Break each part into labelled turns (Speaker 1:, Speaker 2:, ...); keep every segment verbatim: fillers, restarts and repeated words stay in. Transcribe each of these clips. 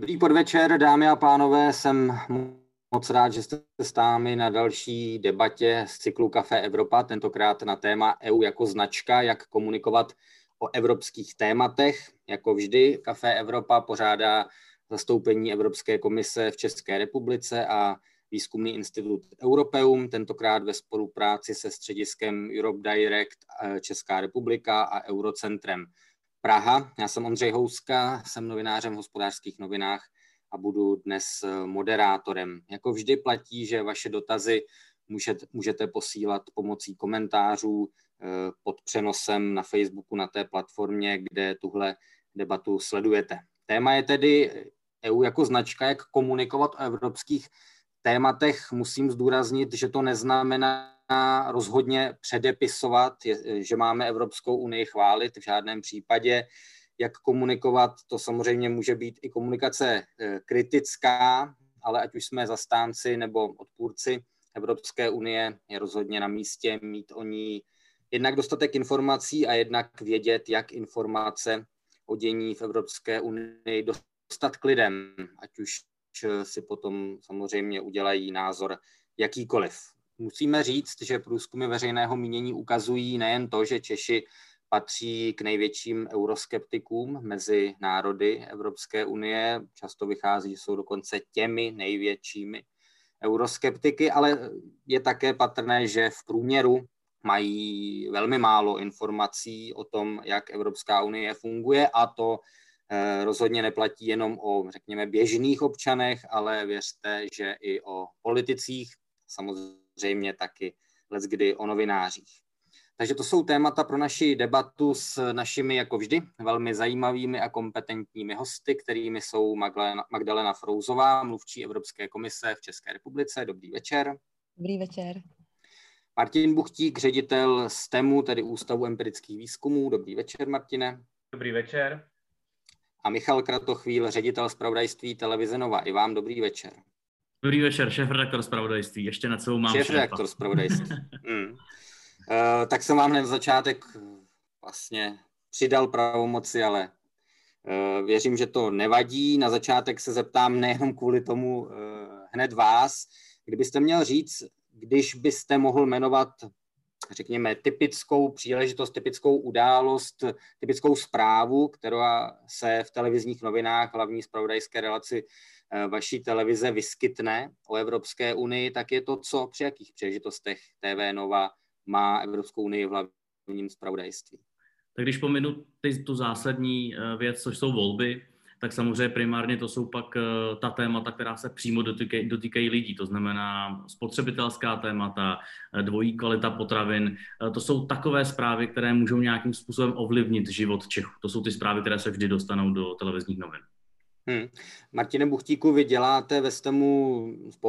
Speaker 1: Dobrý podvečer, dámy a pánové, jsem moc rád, že jste s námi na další debatě z cyklu Café Evropa, tentokrát na téma E U jako značka, jak komunikovat o evropských tématech. Jako vždy, Café Evropa pořádá zastoupení Evropské komise v České republice a Výzkumný institut Europeum, tentokrát ve spolupráci se střediskem Europe Direct Česká republika a Eurocentrem Praha. Já jsem Ondřej Houska, jsem novinářem v Hospodářských novinách a budu dnes moderátorem. Jako vždy platí, že vaše dotazy můžete, můžete posílat pomocí komentářů pod přenosem na Facebooku, na té platformě, kde tuhle debatu sledujete. Téma je tedy E U jako značka, jak komunikovat o evropských tématech. Musím zdůraznit, že to neznamená rozhodně předepisovat, že máme Evropskou unii chválit, v žádném případě. Jak komunikovat, to samozřejmě může být i komunikace kritická, ale ať už jsme zastánci nebo odpůrci Evropské unie, je rozhodně na místě mít o ní jednak dostatek informací a jednak vědět, jak informace o dění v Evropské unii dostat k lidem, ať už si potom samozřejmě udělají názor jakýkoliv. Musíme říct, že průzkumy veřejného mínění ukazují nejen to, že Češi patří k největším euroskeptikům mezi národy Evropské unie, často vychází, že jsou dokonce těmi největšími euroskeptiky, ale je také patrné, že v průměru mají velmi málo informací o tom, jak Evropská unie funguje, a to rozhodně neplatí jenom o, řekněme, běžných občanech, ale věřte, že i o politicích, samozřejmě taky leckdy o novinářích. Takže to jsou témata pro naši debatu s našimi, jako vždy, velmi zajímavými a kompetentními hosty, kterými jsou Magdalena, Magdalena Frouzová, mluvčí Evropské komise v České republice. Dobrý večer.
Speaker 2: Dobrý večer.
Speaker 1: Martin Buchtík, ředitel STEMu, tedy Ústavu empirických výzkumů. Dobrý večer, Martine.
Speaker 3: Dobrý večer.
Speaker 1: A Michal Kratochvíl, ředitel zpravodajství televize Nova. I vám dobrý večer.
Speaker 4: Dobrý večer, šéfredaktor zpravodajství. Ještě na celou mám
Speaker 1: šéfredaktor zpravodajství. mm. uh, tak jsem vám hned na začátek vlastně přidal pravomoci, ale uh, věřím, že to nevadí. Na začátek se zeptám nejenom kvůli tomu uh, hned vás. Kdybyste měl říct, když byste mohl jmenovat, řekněme, typickou příležitost, typickou událost, typickou zprávu, která se v televizních novinách, hlavní zpravodajské relaci vaší televize vyskytne o Evropské unii, tak je to co, při jakých příležitostech T V Nova má Evropskou unii v hlavním zpravodajství?
Speaker 4: Tak když pominu ty, tu zásadní věc, což jsou volby, tak samozřejmě primárně to jsou pak ta témata, která se přímo dotýkají, dotýkají lidí, to znamená spotřebitelská témata, dvojí kvalita potravin. To jsou takové zprávy, které můžou nějakým způsobem ovlivnit život Čechů. To jsou ty zprávy, které se vždy dostanou do televizních novin.
Speaker 1: Hmm. Martine Buchtíku, vy děláte ve STEMu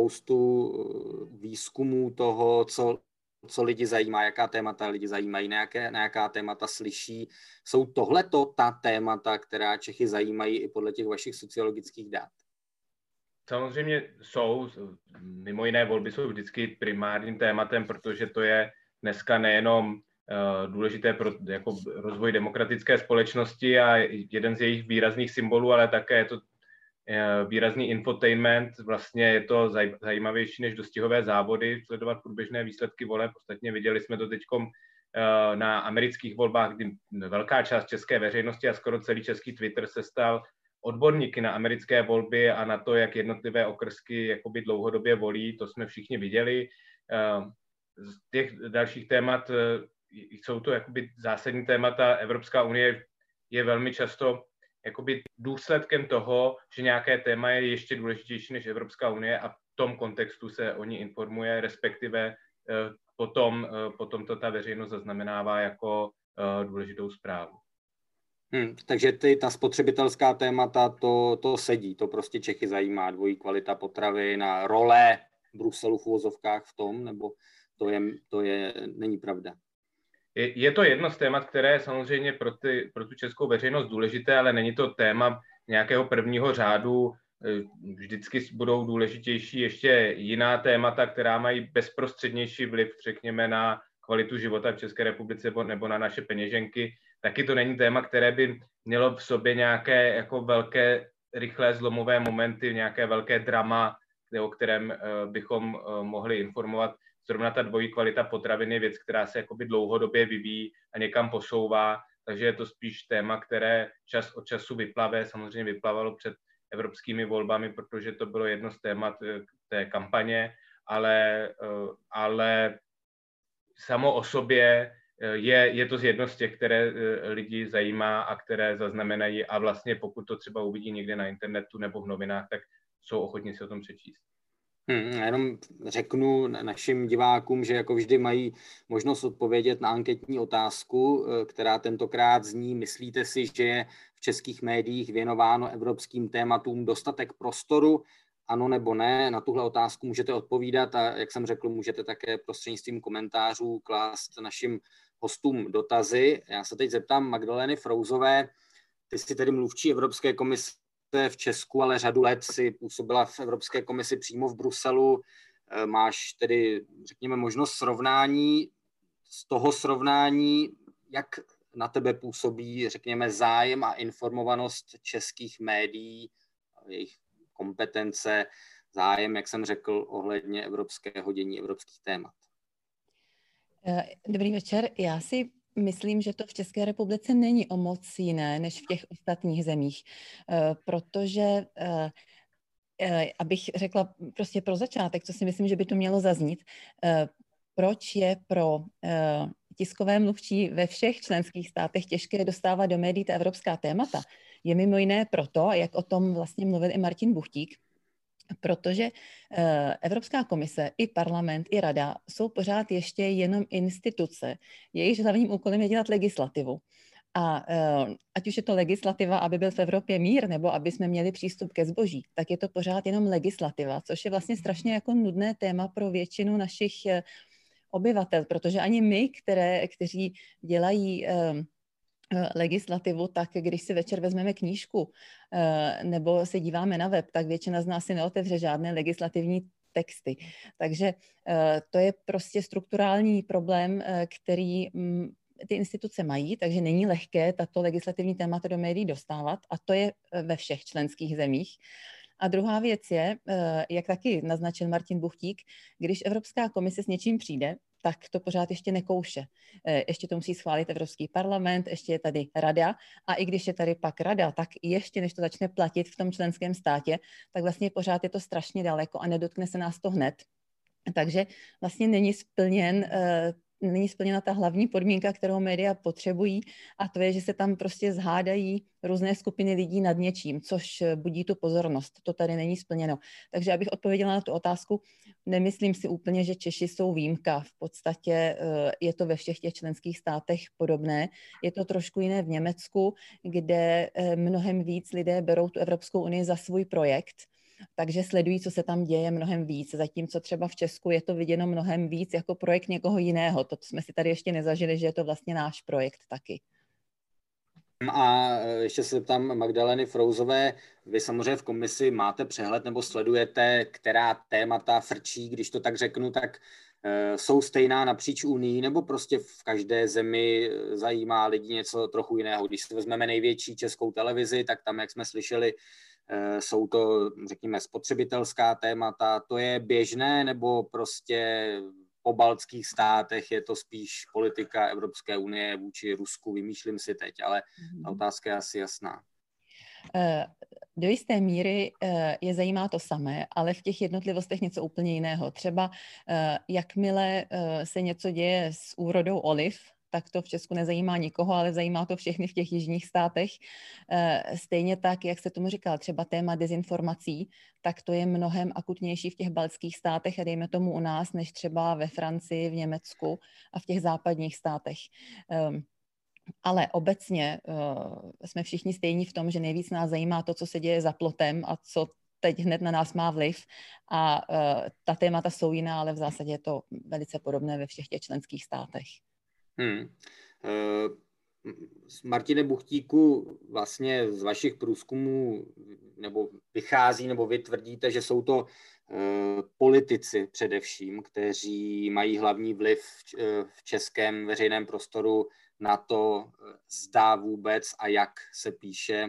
Speaker 1: spoustu výzkumů toho, co, co lidi zajímá, jaká témata lidi zajímají, na, jaké, na jaká témata slyší. Jsou tohleto ta témata, která Čechy zajímají i podle těch vašich sociologických dat?
Speaker 3: Samozřejmě jsou. Mimo jiné volby jsou vždycky primárním tématem, protože to je dneska nejenom důležité pro jako rozvoj demokratické společnosti a jeden z jejich výrazných symbolů, ale také je to výrazný infotainment. Vlastně je to zajímavější než dostihové závody, sledovat průběžné výsledky voleb. Ostatně viděli jsme to teďkom na amerických volbách, kdy velká část české veřejnosti a skoro celý český Twitter se stal odborníky na americké volby a na to, jak jednotlivé okrsky jakoby dlouhodobě volí. To jsme všichni viděli. Z těch dalších témat jsou to jakoby zásadní témata. Evropská unie je velmi často jakoby důsledkem toho, že nějaké téma je ještě důležitější než Evropská unie a v tom kontextu se o ní informuje, respektive potom, potom to ta veřejnost zaznamenává jako důležitou zprávu.
Speaker 1: Hmm, takže ty, ta spotřebitelská témata, to, to sedí, to prostě Čechy zajímá, dvojí kvalita potravin a role Bruselu v uvozovkách v tom, nebo to je, to je, není pravda?
Speaker 3: Je, je to jedno z témat, které je samozřejmě pro, ty, pro tu českou veřejnost důležité, ale není to téma nějakého prvního řádu. Vždycky budou důležitější ještě jiná témata, která mají bezprostřednější vliv, řekněme, na kvalitu života v České republice nebo na naše peněženky. Taky to není téma, které by mělo v sobě nějaké jako velké rychlé zlomové momenty, nějaké velké drama, o kterém bychom mohli informovat. Zrovna ta dvojí kvalita potravin je věc, která se jakoby dlouhodobě vyvíjí a někam posouvá, takže je to spíš téma, které čas od času vyplave, samozřejmě vyplavalo před evropskými volbami, protože to bylo jedno z témat té kampaně, ale, ale samo o sobě je, je to jedno z těch, které lidi zajímá a které zaznamenají a vlastně pokud to třeba uvidí někde na internetu nebo v novinách, tak jsou ochotní si o tom přečíst.
Speaker 1: Hmm, jenom řeknu našim divákům, že jako vždy mají možnost odpovědět na anketní otázku, která tentokrát zní: myslíte si, že je v českých médiích věnováno evropským tématům dostatek prostoru? Ano nebo ne? Na tuhle otázku můžete odpovídat a jak jsem řekl, můžete také prostřednictvím komentářů klást našim hostům dotazy. Já se teď zeptám Magdaleny Frouzové, ty jsi tedy mluvčí Evropské komise v Česku, ale řadu let si působila v Evropské komisi přímo v Bruselu. Máš tedy, řekněme, možnost srovnání. Z toho srovnání, jak na tebe působí, řekněme, zájem a informovanost českých médií, jejich kompetence, zájem, jak jsem řekl, ohledně evropského dění, evropských témat?
Speaker 2: Dobrý večer. Já si myslím, že to v České republice není o moc jiné než v těch ostatních zemích, protože, abych řekla prostě pro začátek, co si myslím, že by to mělo zaznít, proč je pro tiskové mluvčí ve všech členských státech těžké dostávat do médií ta evropská témata, je mimo jiné proto, jak o tom vlastně mluvil i Martin Buchtík, protože Evropská komise, i parlament, i rada jsou pořád ještě jenom instituce. Jejichž hlavním úkolem je dělat legislativu. A ať už je to legislativa, aby byl v Evropě mír, nebo aby jsme měli přístup ke zboží, tak je to pořád jenom legislativa, což je vlastně strašně jako nudné téma pro většinu našich obyvatel, protože ani my, které, kteří dělají legislativu, tak když si večer vezmeme knížku nebo se díváme na web, tak většina z nás si neotevře žádné legislativní texty. Takže to je prostě strukturální problém, který ty instituce mají, takže není lehké tato legislativní témata do médií dostávat a to je ve všech členských zemích. A druhá věc je, jak taky naznačil Martin Buchtík, když Evropská komise s něčím přijde, tak to pořád ještě nekouše. Ještě to musí schválit Evropský parlament, ještě je tady rada a i když je tady pak rada, tak ještě než to začne platit v tom členském státě, tak vlastně pořád je to strašně daleko a nedotkne se nás to hned. Takže vlastně není splněn není splněna ta hlavní podmínka, kterou média potřebují, a to je, že se tam prostě zhádají různé skupiny lidí nad něčím, což budí tu pozornost. To tady není splněno. Takže abych odpověděla na tu otázku, nemyslím si úplně, že Češi jsou výjimka. V podstatě je to ve všech těch členských státech podobné. Je to trošku jiné v Německu, kde mnohem víc lidé berou tu Evropskou unii za svůj projekt, takže sledují, co se tam děje mnohem víc. Zatímco třeba v Česku je to viděno mnohem víc jako projekt někoho jiného. To jsme si tady ještě nezažili, že je to vlastně náš projekt taky.
Speaker 1: A ještě se ptám Magdaleny Frouzové, vy samozřejmě v komisi máte přehled nebo sledujete, která témata frčí, když to tak řeknu, tak jsou stejná napříč Unii, nebo prostě v každé zemi zajímá lidi něco trochu jiného. Když si vezmeme největší českou televizi, tak tam, jak jsme slyšeli, jsou to, řekněme, spotřebitelská témata. To je běžné, nebo prostě po baltských státech je to spíš politika Evropské unie vůči Rusku, vymýšlím si teď, ale ta otázka je asi jasná.
Speaker 2: Do jisté míry je zajímá to samé, ale v těch jednotlivostech něco úplně jiného. Třeba jakmile se něco děje s úrodou oliv, tak to v Česku nezajímá nikoho, ale zajímá to všechny v těch jižních státech. Stejně tak, jak se tomu říkal, třeba téma dezinformací, tak to je mnohem akutnější v těch baltských státech a dejme tomu u nás, než třeba ve Francii, v Německu a v těch západních státech. Ale obecně jsme všichni stejní v tom, že nejvíc nás zajímá to, co se děje za plotem a co teď hned na nás má vliv. A ta témata jsou jiná, ale v zásadě je to velice podobné ve všech těch členských státech.
Speaker 1: Hmm. Uh, Martine Buchtíku, vlastně z vašich průzkumů nebo vychází, nebo vy tvrdíte, že jsou to uh, politici především, kteří mají hlavní vliv v, uh, v českém veřejném prostoru na to, zda vůbec a jak se píše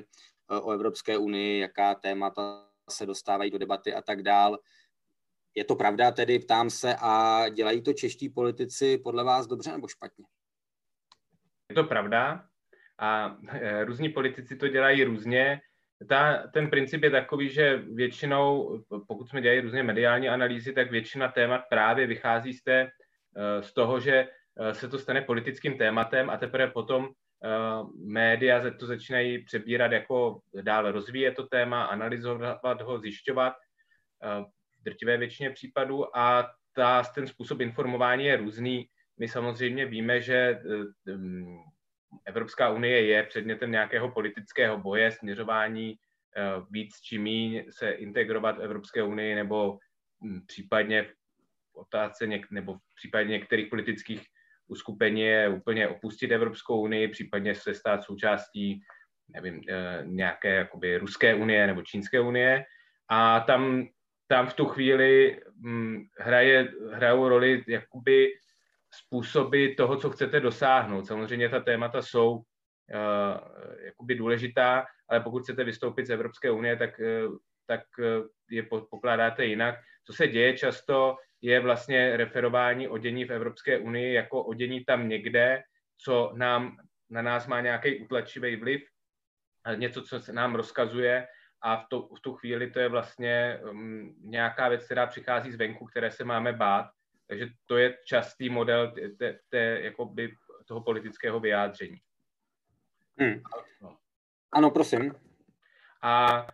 Speaker 1: o Evropské unii, jaká témata se dostávají do debaty a tak dál. Je to pravda tedy, ptám se, a dělají to čeští politici podle vás dobře nebo špatně?
Speaker 3: Je to pravda a různí politici to dělají různě. Ta, ten princip je takový, že většinou, pokud jsme dělali různě mediální analýzy, tak většina témat právě vychází z, té, z toho, že se to stane politickým tématem a teprve potom média to začínají přebírat jako dále rozvíjet to téma, analyzovat ho, zjišťovat v drtivé většině případů a ta, ten způsob informování je různý. My samozřejmě víme, že Evropská unie je předmětem nějakého politického boje, směřování víc či míň se integrovat v Evropské unii nebo případně v otázce něk, nebo v případě některých politických uskupení je úplně opustit Evropskou unii, případně se stát součástí nevím, nějaké jakoby ruské unie nebo čínské unie. A tam, tam v tu chvíli hraje, hrajou roli jakoby způsoby toho, co chcete dosáhnout. Samozřejmě ta témata jsou uh, jakoby důležitá, ale pokud chcete vystoupit z Evropské unie, tak, uh, tak uh, je pokládáte jinak. Co se děje často, je vlastně referování o dění v Evropské unii jako o dění tam někde, co nám, na nás má nějaký utlačivý vliv, něco, co se nám rozkazuje a v, to, v tu chvíli to je vlastně um, nějaká věc, která přichází zvenku, které se máme bát. Takže to je častý model te, te, jakoby toho politického vyjádření.
Speaker 1: Hmm. Ano, prosím.
Speaker 3: A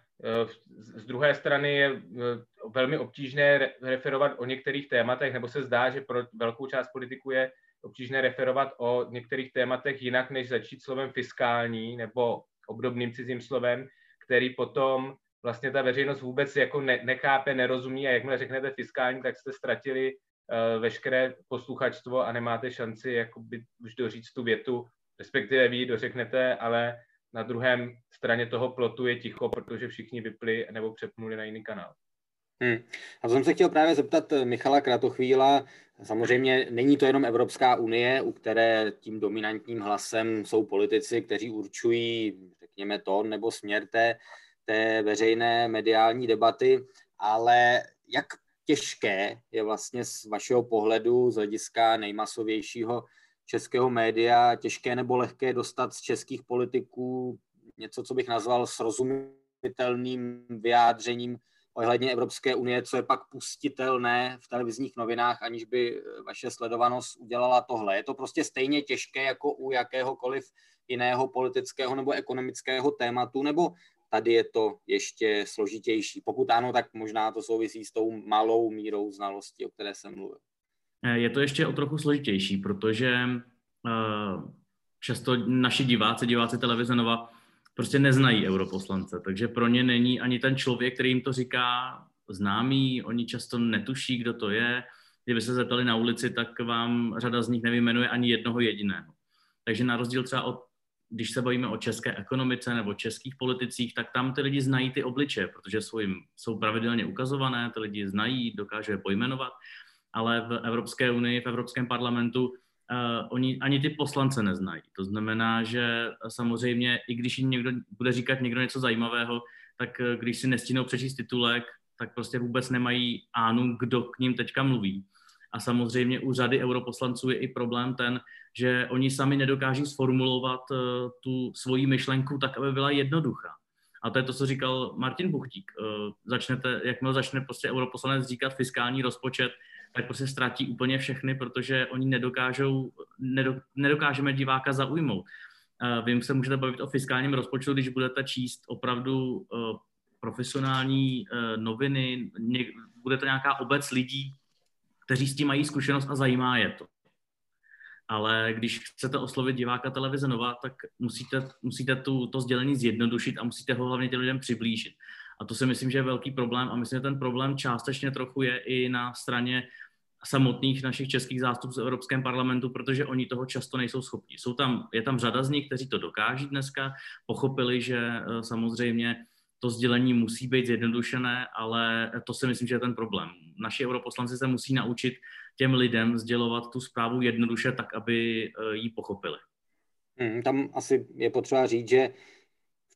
Speaker 3: z druhé strany je velmi obtížné referovat o některých tématech, nebo se zdá, že pro velkou část politiků je obtížné referovat o některých tématech jinak, než začít slovem fiskální nebo obdobným cizím slovem, který potom vlastně ta veřejnost vůbec jako ne, nechápe, nerozumí a jakmile řeknete fiskální, tak jste ztratili uh, veškeré posluchačstvo a nemáte šanci jakoby už doříct tu větu, respektive vy ji dořeknete, ale na druhém straně toho plotu je ticho, protože všichni vypli nebo přepnuli na jiný kanál.
Speaker 1: Hmm. A to jsem se chtěl právě zeptat Michala Kratochvíla. Samozřejmě není to jenom Evropská unie, u které tím dominantním hlasem jsou politici, kteří určují, řekněme, tón nebo směr té, té veřejné mediální debaty, ale jak těžké je vlastně z vašeho pohledu, z hlediska nejmasovějšího českého média, těžké nebo lehké dostat z českých politiků něco, co bych nazval srozumitelným vyjádřením ohledně Evropské unie, co je pak pustitelné v televizních novinách, aniž by vaše sledovanost udělala tohle. Je to prostě stejně těžké jako u jakéhokoliv jiného politického nebo ekonomického tématu, nebo tady je to ještě složitější? Pokud ano, tak možná to souvisí s tou malou mírou znalosti, o které jsem mluvil.
Speaker 4: Je to ještě o trochu složitější, protože uh, často naši diváci, diváci televize Nova prostě neznají europoslance, takže pro ně není ani ten člověk, který jim to říká, známý, oni často netuší, kdo to je. Kdyby se zeptali na ulici, tak vám řada z nich nevyjmenuje ani jednoho jediného. Takže na rozdíl třeba od, když se bavíme o české ekonomice nebo českých politicích, tak tam ty lidi znají ty obličeje, protože jsou, jim, jsou pravidelně ukazované, ty lidi znají, dokážou je pojmenovat, ale v Evropské unii, v Evropském parlamentu Uh, oni ani ty poslance neznají. To znamená, že samozřejmě, i když jim někdo bude říkat někdo něco zajímavého, tak uh, když si nestínou přečíst titulek, tak prostě vůbec nemají ánu, kdo k ním teďka mluví. A samozřejmě u řady europoslanců je i problém ten, že oni sami nedokáží sformulovat uh, tu svoji myšlenku tak, aby byla jednoduchá. A to je to, co říkal Martin Buchtík. Uh, začnete, jakmile začne prostě europoslanec říkat fiskální rozpočet, tak prostě ztratí úplně všechny, protože oni nedokážou, nedokážeme diváka zaujmout. Vy se můžete bavit o fiskálním rozpočtu, když budete číst opravdu profesionální noviny, bude to nějaká obec lidí, kteří s tím mají zkušenost a zajímá je to. Ale když chcete oslovit diváka televize Nova, tak musíte, musíte tu, to sdělení zjednodušit a musíte ho hlavně těm lidem přiblížit. A to si myslím, že je velký problém a myslím, že ten problém částečně trochu je i na straně samotných našich českých zástupců v Evropském parlamentu, protože oni toho často nejsou schopni. Jsou tam, je tam řada z nich, kteří to dokáží dneska, pochopili, že samozřejmě to sdělení musí být zjednodušené, ale to si myslím, že je ten problém. Naši europoslanci se musí naučit těm lidem sdělovat tu zprávu jednoduše tak, aby ji pochopili.
Speaker 1: Hmm, tam asi je potřeba říct, že v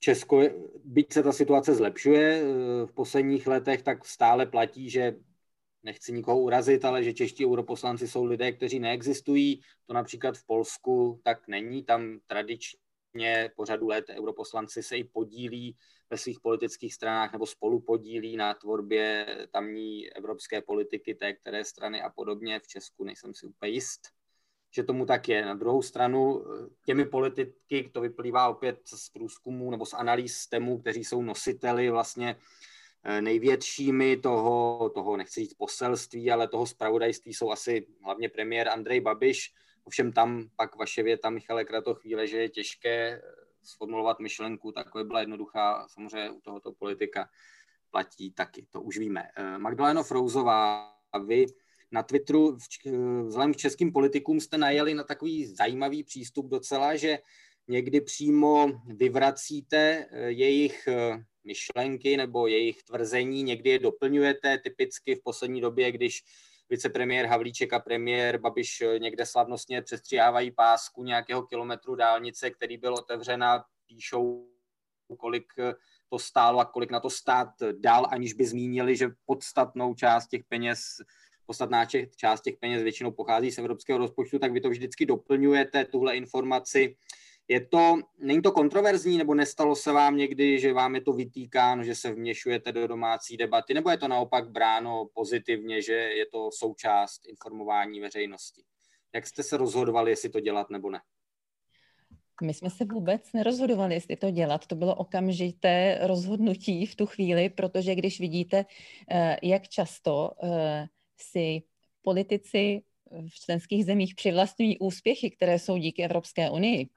Speaker 1: Česko, byť se ta situace zlepšuje v posledních letech, tak stále platí, že nechci nikoho urazit, ale že čeští europoslanci jsou lidé, kteří neexistují. To například v Polsku tak není. Tam tradičně po řadu let europoslanci se i podílí ve svých politických stranách nebo spolu podílí na tvorbě tamní evropské politiky té které strany a podobně. V Česku nejsem si úplně jist, že tomu tak je. Na druhou stranu těmi politiky, to vyplývá opět z průzkumů nebo z analýz STEMu, kteří jsou nositeli vlastně největšími toho, toho, nechci říct poselství, ale toho zpravodajství jsou asi hlavně premiér Andrej Babiš. Ovšem tam pak vaše věta, Michale Kratochvíle, že je těžké sformulovat myšlenku, takové byla jednoduchá, samozřejmě u tohoto politika platí taky, to už víme. Magdaleno Frouzová, vy na Twitteru vzhledem k českým politikům jste najeli na takový zajímavý přístup docela, že někdy přímo vyvracíte jejich myšlenky nebo jejich tvrzení, někdy je doplňujete, typicky v poslední době, když vicepremiér Havlíček a premiér Babiš někde slavnostně přestříhávají pásku nějakého kilometru dálnice, který byl otevřen a píšou, kolik to stálo a kolik na to stát dal, aniž by zmínili, že podstatnou část těch peněz, podstatná část těch peněz většinou pochází z evropského rozpočtu, tak vy to vždycky doplňujete, tuhle informaci. Je to, není to kontroverzní, nebo nestalo se vám někdy, že vám je to vytýkáno, že se vměšujete do domácí debaty, nebo je to naopak bráno pozitivně, že je to součást informování veřejnosti? Jak jste se rozhodovali, jestli to dělat nebo ne?
Speaker 2: My jsme se vůbec nerozhodovali, jestli to dělat. To bylo okamžité rozhodnutí v tu chvíli, protože když vidíte, jak často si politici v členských zemích přivlastňují úspěchy, které jsou díky Evropské unii,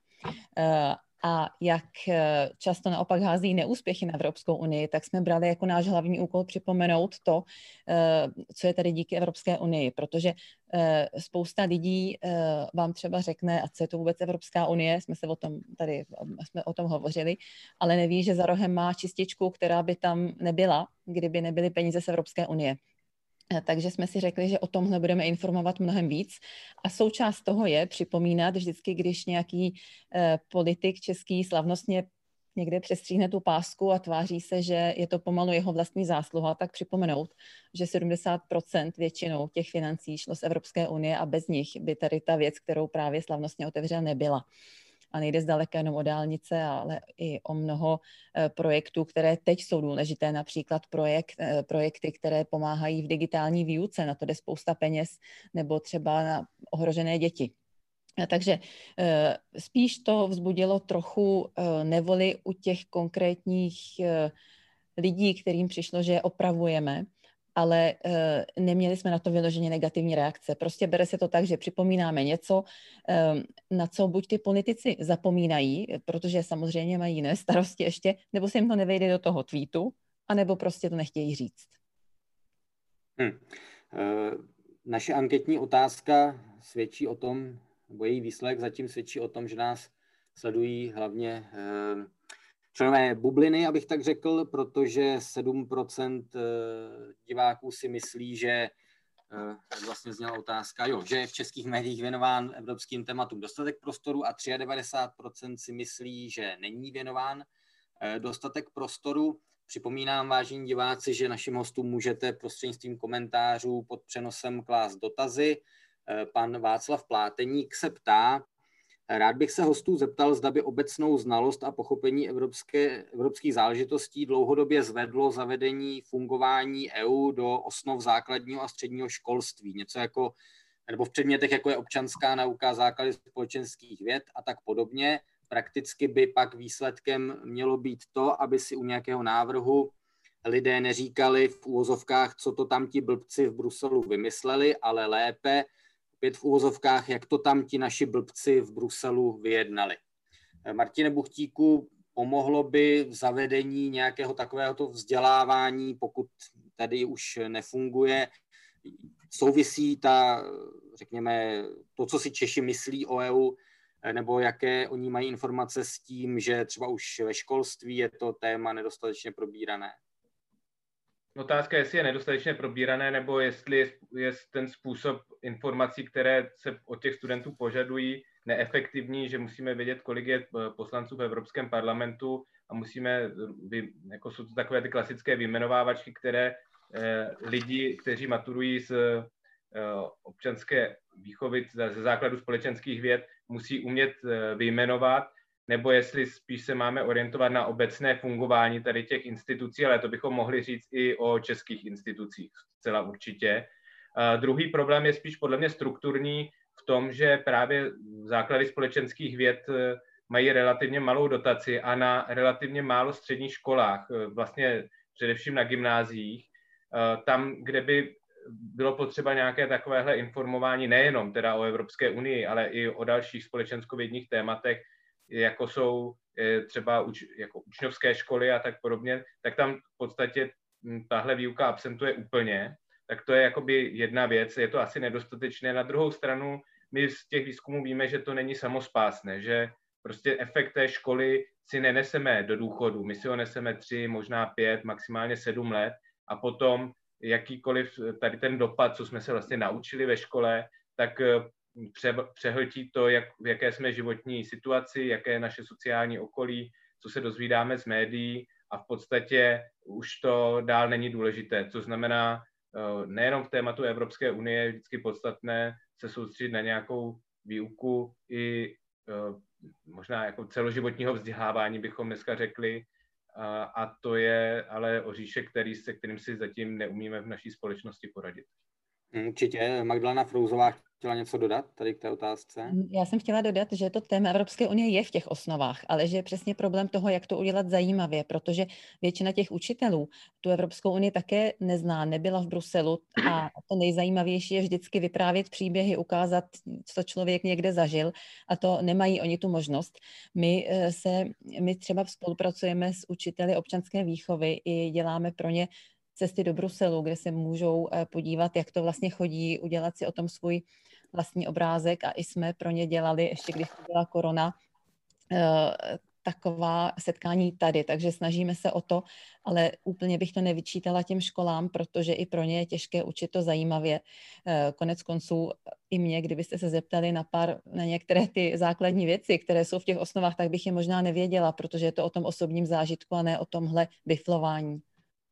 Speaker 2: a jak často naopak hází neúspěchy na Evropskou unii, tak jsme brali jako náš hlavní úkol připomenout to, co je tady díky Evropské unii, protože spousta lidí vám třeba řekne, a co je to vůbec Evropská unie, jsme se o tom tady jsme o tom hovořili, ale neví, že za rohem má čističku, která by tam nebyla, kdyby nebyly peníze z Evropské unie. Takže jsme si řekli, že o tomhle budeme informovat mnohem víc a součást toho je připomínat vždycky, když nějaký eh, politik český slavnostně někde přestříhne tu pásku a tváří se, že je to pomalu jeho vlastní zásluha, tak připomenout, že sedmdesát procent většinou těch financí šlo z Evropské unie a bez nich by tady ta věc, kterou právě slavnostně otevřel, nebyla. A nejde zdaleka jenom o dálnice, ale i o mnoho projektů, které teď jsou důležité, například projekt, projekty, které pomáhají v digitální výuce, na to jde spousta peněz, nebo třeba na ohrožené děti. Takže spíš to vzbudilo trochu nevoli u těch konkrétních lidí, kterým přišlo, že je opravujeme, ale uh, neměli jsme na to vyloženě negativní reakce. Prostě bere se to tak, že připomínáme něco, um, na co buď ty politici zapomínají, protože samozřejmě mají jiné starosti ještě, nebo se jim to nevejde do toho tweetu, anebo prostě to nechtějí říct.
Speaker 1: Hmm. Uh, naše anketní otázka svědčí o tom, nebo její výsledek zatím svědčí o tom, že nás sledují hlavně uh, členové bubliny, abych tak řekl, protože sedm procent diváků si myslí, že vlastně zněla otázka, jo, že je v českých médiích věnován evropským tématům dostatek prostoru a devadesát tři procent si myslí, že není věnován dostatek prostoru. Připomínám, vážení diváci, že našim hostům můžete prostřednictvím komentářů pod přenosem klást dotazy. Pan Václav Pláteník se ptá, rád bych se hostů zeptal, zda by obecnou znalost a pochopení evropské, evropských záležitostí dlouhodobě zvedlo zavedení fungování E U do osnov základního a středního školství. Něco jako, nebo v předmětech, jako je občanská nauka, základy společenských věd a tak podobně. Prakticky by pak výsledkem mělo být to, aby si u nějakého návrhu lidé neříkali v úvozovkách, co to tam ti blbci v Bruselu vymysleli, ale lépe opět v úvozovkách, jak to tam ti naši blbci v Bruselu vyjednali. Martine Buchtíku, pomohlo by v zavedení nějakého takovéhoto vzdělávání, pokud tady už nefunguje? Souvisí ta, řekněme, to, co si Češi myslí o E U, nebo jaké oni mají informace s tím, že třeba už ve školství je to téma nedostatečně probírané?
Speaker 3: Otázka je, jestli je nedostatečně probírané, nebo jestli je ten způsob informací, které se od těch studentů požadují, neefektivní, že musíme vědět, kolik je poslanců v Evropském parlamentu a musíme, jako jsou to takové ty klasické vyjmenovávačky, které eh, lidi, kteří maturují z eh, občanské výchovy, ze základu společenských věd, musí umět eh, vyjmenovat, nebo jestli spíš se máme orientovat na obecné fungování tady těch institucí, ale to bychom mohli říct i o českých institucích, zcela určitě. Uh, druhý problém je spíš podle mě strukturní v tom, že právě základy společenských věd uh, mají relativně malou dotaci a na relativně málo středních školách, uh, vlastně především na gymnáziích, uh, tam, kde by bylo potřeba nějaké takovéhle informování nejenom teda o Evropské unii, ale i o dalších společenskovědních tématech, jako jsou třeba uč, jako učňovské školy a tak podobně, tak tam v podstatě tahle výuka absentuje úplně. Tak to je jakoby jedna věc, je to asi nedostatečné. Na druhou stranu my z těch výzkumů víme, že to není samospásné, že prostě efekt té školy si neneseme do důchodu. My si ho neseme tři, možná pět, maximálně sedm let a potom jakýkoliv tady ten dopad, co jsme se vlastně naučili ve škole, tak přehltí to, jak, v jaké jsme životní situaci, jaké je naše sociální okolí, co se dozvídáme z médií a v podstatě už to dál není důležité. Co znamená, nejenom v tématu Evropské unie je vždycky podstatné se soustředit na nějakou výuku i možná jako celoživotního vzdělávání, bychom dneska řekli, a to je ale oříšek, který, se kterým si zatím neumíme v naší společnosti poradit.
Speaker 1: Určitě. Magdalena Frouzová chtěla něco dodat tady k té otázce?
Speaker 2: Já jsem chtěla dodat, že to téma Evropské unie je v těch osnovách, ale že je přesně problém toho, jak to udělat zajímavě, protože většina těch učitelů tu Evropskou unii také nezná, nebyla v Bruselu a to nejzajímavější je vždycky vyprávět příběhy, ukázat, co člověk někde zažil a to nemají oni tu možnost. My, se, my třeba spolupracujeme s učiteli občanské výchovy i děláme pro ně cesty do Bruselu, kde se můžou podívat, jak to vlastně chodí, udělat si o tom svůj vlastní obrázek a i jsme pro ně dělali, ještě když byla korona, taková setkání tady, takže snažíme se o to, ale úplně bych to nevyčítala těm školám, protože i pro ně je těžké učit to zajímavě. Konec konců i mě, kdybyste se zeptali na pár, na některé ty základní věci, které jsou v těch osnovách, tak bych je možná nevěděla, protože je to o tom osobním zážitku a ne o tomhle biflování.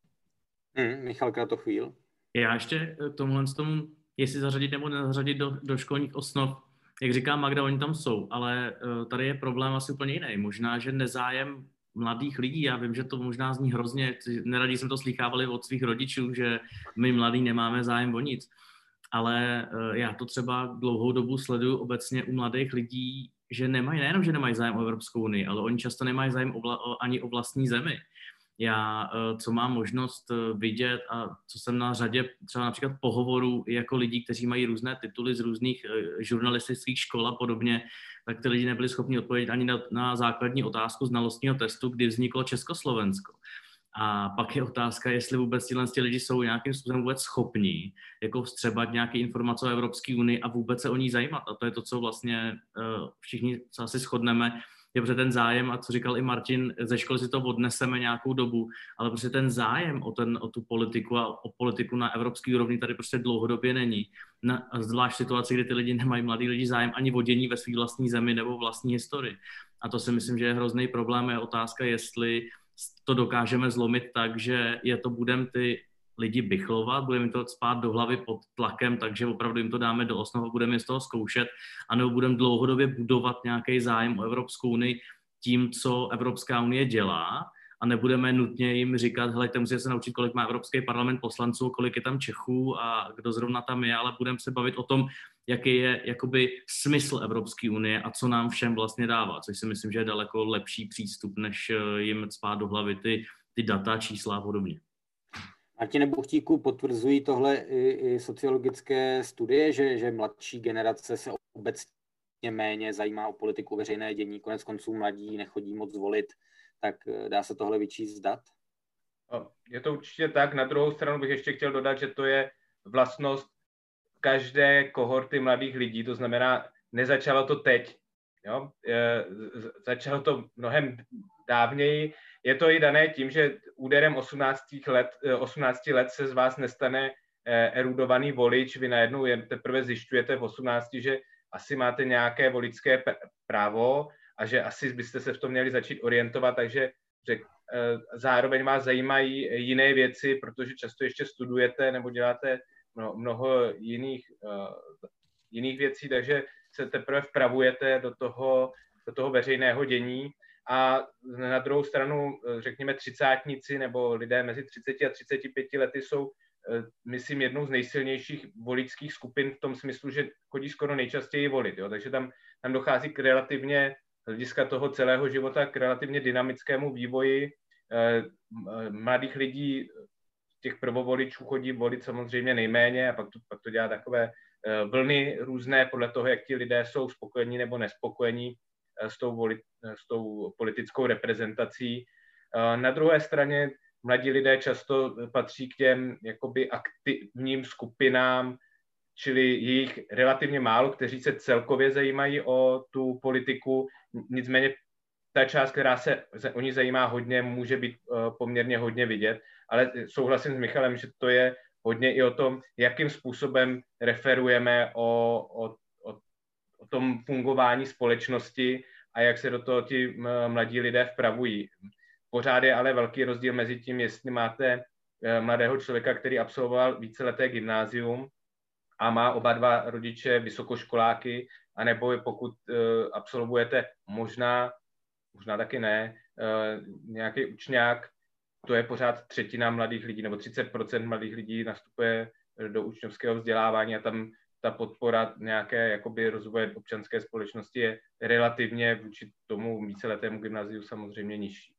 Speaker 1: Hmm, Michal Kratochvíl.
Speaker 4: Já ještě k tomuhle tomu, jestli zařadit nebo nezařadit do, do školních osnov, jak říká Magda, oni tam jsou, ale uh, tady je problém asi úplně jiný. Možná, že nezájem mladých lidí, já vím, že to možná zní hrozně, neradí jsem to slýchávali od svých rodičů, že my mladí nemáme zájem o nic, ale uh, já to třeba dlouhou dobu sleduju obecně u mladých lidí, že nemají, nejenom, že nemají zájem o Evropskou unii, ale oni často nemají zájem o vla, o, ani o vlastní zemi. Já, co mám možnost vidět a co jsem na řadě třeba například pohovorů jako lidí, kteří mají různé tituly z různých žurnalistických škol a podobně, tak ty lidi nebyli schopni odpovědět ani na, na základní otázku znalostního testu, kdy vzniklo Československo. A pak je otázka, jestli vůbec ti lidi jsou nějakým způsobem vůbec schopní jako vstřebat nějaké informace o Evropské unii a vůbec se o ní zajímat. A to je to, co vlastně uh, všichni se asi shodneme, je protože ten zájem, a co říkal i Martin, ze školy si to odneseme nějakou dobu, ale prostě ten zájem o, ten, o tu politiku a o politiku na evropské úrovni tady prostě dlouhodobě není. Na, zvlášť v situaci, kdy ty lidi nemají, mladí lidi zájem ani o dění ve své vlastní zemi nebo vlastní historii. A to si myslím, že je hrozný problém. Je otázka, jestli to dokážeme zlomit tak, že je to budeme ty lidi bychlovat, budeme jim to spát do hlavy pod tlakem, takže opravdu jim to dáme do osnov a budeme z toho zkoušet, anebo budeme dlouhodobě budovat nějaký zájem o Evropskou unii tím, co Evropská unie dělá, a nebudeme nutně jim říkat, hleďte, musíte se naučit, kolik má Evropský parlament poslanců, kolik je tam Čechů a kdo zrovna tam je, ale budeme se bavit o tom, jaký je jakoby smysl Evropské unie a co nám všem vlastně dává, což si myslím, že je daleko lepší přístup, než jim spát do hlavy ty, ty data, čísla a podobně.
Speaker 1: Martine Buchtíku, potvrzují tohle i, i sociologické studie, že, že mladší generace se obecně méně zajímá o politiku, veřejné dění, konec konců mladí nechodí moc volit, tak dá se tohle vyčíst z dat?
Speaker 3: Je to určitě tak. Na druhou stranu bych ještě chtěl dodat, že to je vlastnost každé kohorty mladých lidí, to znamená, nezačalo to teď, jo? E, začalo to mnohem dávněji. Je to i dané tím, že úderem osmnácti let, osmnácti let se z vás nestane erudovaný volič, vy najednou jen teprve zjišťujete v osmnácti, že asi máte nějaké voličské právo a že asi byste se v tom měli začít orientovat, takže řek, zároveň vás zajímají jiné věci, protože často ještě studujete nebo děláte mnoho jiných, jiných věcí, takže se teprve vpravujete do toho, do toho veřejného dění. A na druhou stranu, řekněme, třicátníci nebo lidé mezi třiceti a třiceti pěti lety jsou, myslím, jednou z nejsilnějších voličských skupin v tom smyslu, že chodí skoro nejčastěji volit. Jo? Takže tam, tam dochází k relativně, z hlediska toho celého života, k relativně dynamickému vývoji. Mladých lidí, těch prvovoličů chodí volit samozřejmě nejméně a pak to, pak to dělá takové vlny různé podle toho, jak ti lidé jsou spokojení nebo nespokojení s tou, voli, s tou politickou reprezentací. Na druhé straně mladí lidé často patří k těm jakoby aktivním skupinám, čili jich relativně málo, kteří se celkově zajímají o tu politiku. Nicméně ta část, která se o ní zajímá hodně, může být poměrně hodně vidět, ale souhlasím s Michalem, že to je hodně i o tom, jakým způsobem referujeme o, o, o, o tom fungování společnosti a jak se do toho ti mladí lidé vpravují. Pořád je ale velký rozdíl mezi tím, jestli máte mladého člověka, který absolvoval víceleté gymnázium a má oba dva rodiče vysokoškoláky, anebo pokud absolvujete možná, možná taky ne, nějaký učňák, to je pořád třetina mladých lidí, nebo třicet procent mladých lidí nastupuje do učňovského vzdělávání a tam ta podpora nějaké jakoby rozvoje občanské společnosti je relativně vůči tomu víceletému gymnáziu samozřejmě nižší.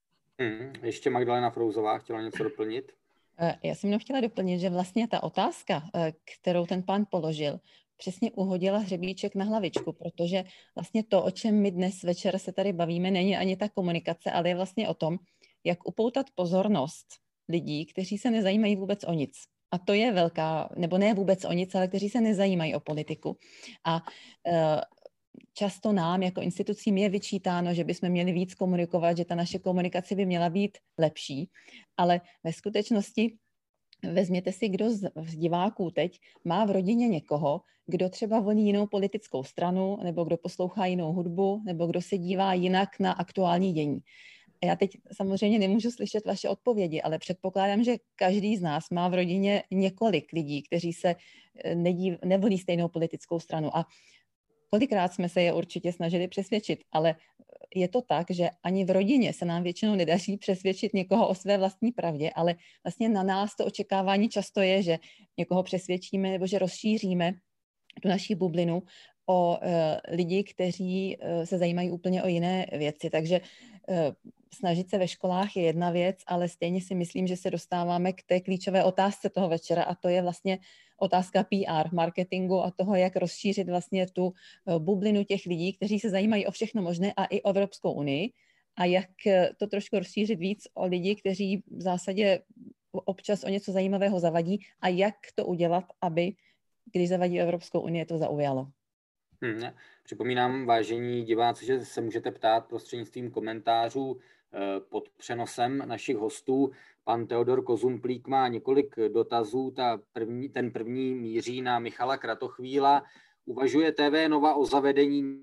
Speaker 1: Hmm, ještě Magdalena Frouzová chtěla něco doplnit?
Speaker 2: Já jsem jenom chtěla doplnit, že vlastně ta otázka, kterou ten pán položil, přesně uhodila hřebíček na hlavičku, protože vlastně to, o čem my dnes večer se tady bavíme, není ani ta komunikace, ale je vlastně o tom, jak upoutat pozornost lidí, kteří se nezajímají vůbec o nic. A to je velká, nebo ne vůbec o nic, ale kteří se nezajímají o politiku. A e, často nám jako institucím je vyčítáno, že bychom měli víc komunikovat, že ta naše komunikace by měla být lepší, ale ve skutečnosti vezměte si, kdo z, z diváků teď má v rodině někoho, kdo třeba volí jinou politickou stranu, nebo kdo poslouchá jinou hudbu, nebo kdo se dívá jinak na aktuální dění. Já teď samozřejmě nemůžu slyšet vaše odpovědi, ale předpokládám, že každý z nás má v rodině několik lidí, kteří se nedív, nevolí stejnou politickou stranu. A kolikrát jsme se je určitě snažili přesvědčit, ale je to tak, že ani v rodině se nám většinou nedaří přesvědčit někoho o své vlastní pravdě, ale vlastně na nás to očekávání často je, že někoho přesvědčíme nebo že rozšíříme tu naší bublinu o uh, lidi, kteří uh, se zajímají úplně o jiné věci. Takže uh, snažit se ve školách je jedna věc, ale stejně si myslím, že se dostáváme k té klíčové otázce toho večera a to je vlastně otázka P R, marketingu a toho, jak rozšířit vlastně tu uh, bublinu těch lidí, kteří se zajímají o všechno možné a i o Evropskou unii a jak to trošku rozšířit víc o lidi, kteří v zásadě občas o něco zajímavého zavadí a jak to udělat, aby když zavadí Evropskou unii, to zaujalo.
Speaker 1: Hmm, připomínám, vážení diváci, že se můžete ptát prostřednictvím komentářů pod přenosem našich hostů. Pan Teodor Kozumplík má několik dotazů. Ta první, ten první míří na Michala Kratochvíla. Uvažuje T V Nova o zavedení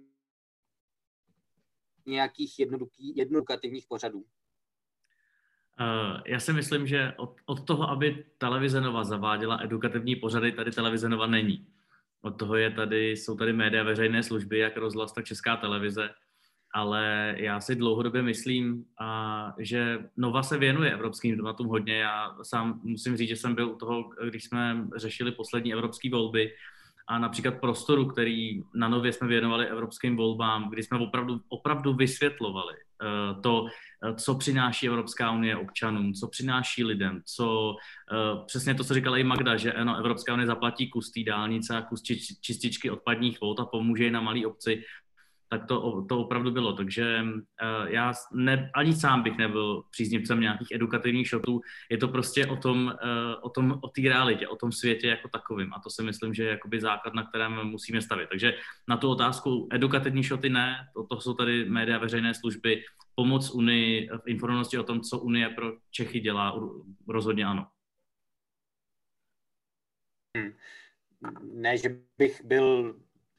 Speaker 1: nějakých jednodukativních pořadů?
Speaker 4: Já si myslím, že od, od toho, aby televize Nova zaváděla edukativní pořady, tady televize Nova není. Od toho je tady, jsou tady média veřejné služby, jak rozhlas, tak Česká televize, ale já si dlouhodobě myslím, a, že Nova se věnuje evropským tématům hodně. Já sám musím říct, že jsem byl u toho, když jsme řešili poslední evropské volby a například prostoru, který na Nově jsme věnovali evropským volbám, kdy jsme opravdu, opravdu vysvětlovali uh, to, co přináší Evropská unie občanům, co přináší lidem, co uh, přesně to, co říkala i Magda, že ano, Evropská unie zaplatí kus té dálnice a kus či, čističky odpadních vod a pomůže i na malé obci, tak to, to opravdu bylo. Takže uh, já ne, ani sám bych nebyl příznivcem nějakých edukativních shotů. Je to prostě o tom, uh, o tom, o té realitě, o tom světě jako takovým. A to si myslím, že je jakoby základ, na kterém musíme stavět. Takže na tu otázku edukativní shoty ne, to, to jsou tady média veřejné služby, pomoc Unii v informovanosti o tom, co Unie pro Čechy dělá, rozhodně ano.
Speaker 1: Hmm. Ne, že bych byl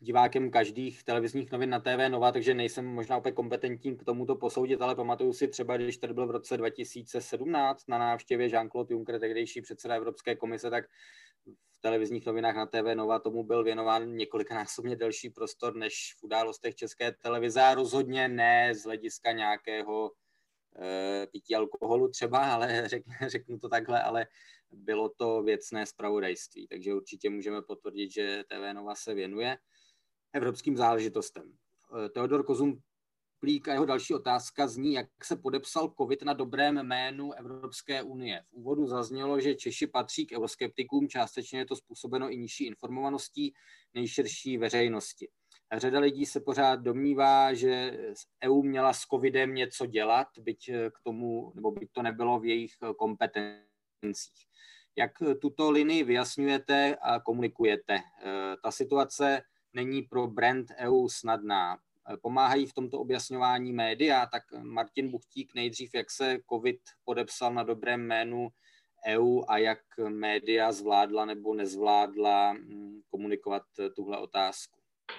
Speaker 1: divákem každých televizních novin na T V Nova, takže nejsem možná opět kompetentní k tomuto posoudit, ale pamatuju si třeba, když tady byl v roce dva tisíce sedmnáct na návštěvě Jean-Claude Juncker, tehdejší předseda Evropské komise, tak v televizních novinách na T V Nova tomu byl věnován několikanásobně delší prostor než v událostech České televize a rozhodně ne z hlediska nějakého e, pití alkoholu třeba, ale řek, řeknu to takhle, ale bylo to věcné zpravodajství, takže určitě můžeme potvrdit, že T V Nova se věnuje evropským záležitostem. Teodor Kozumplík a jeho další otázka zní, jak se podepsal COVID na dobrém jménu Evropské unie. V úvodu zaznělo, že Češi patří k euroskeptikům, částečně je to způsobeno i nižší informovaností nejširší veřejnosti. Řada lidí se pořád domnívá, že E U měla s covidem něco dělat, byť k tomu, nebo byť to nebylo v jejich kompetencích. Jak tuto linii vyjasňujete a komunikujete? Ta situace není pro brand E U snadná. Pomáhají v tomto objasňování média, tak Martin Buchtík nejdřív, jak se COVID podepsal na dobrém jménu E U a jak média zvládla nebo nezvládla komunikovat tuhle otázku.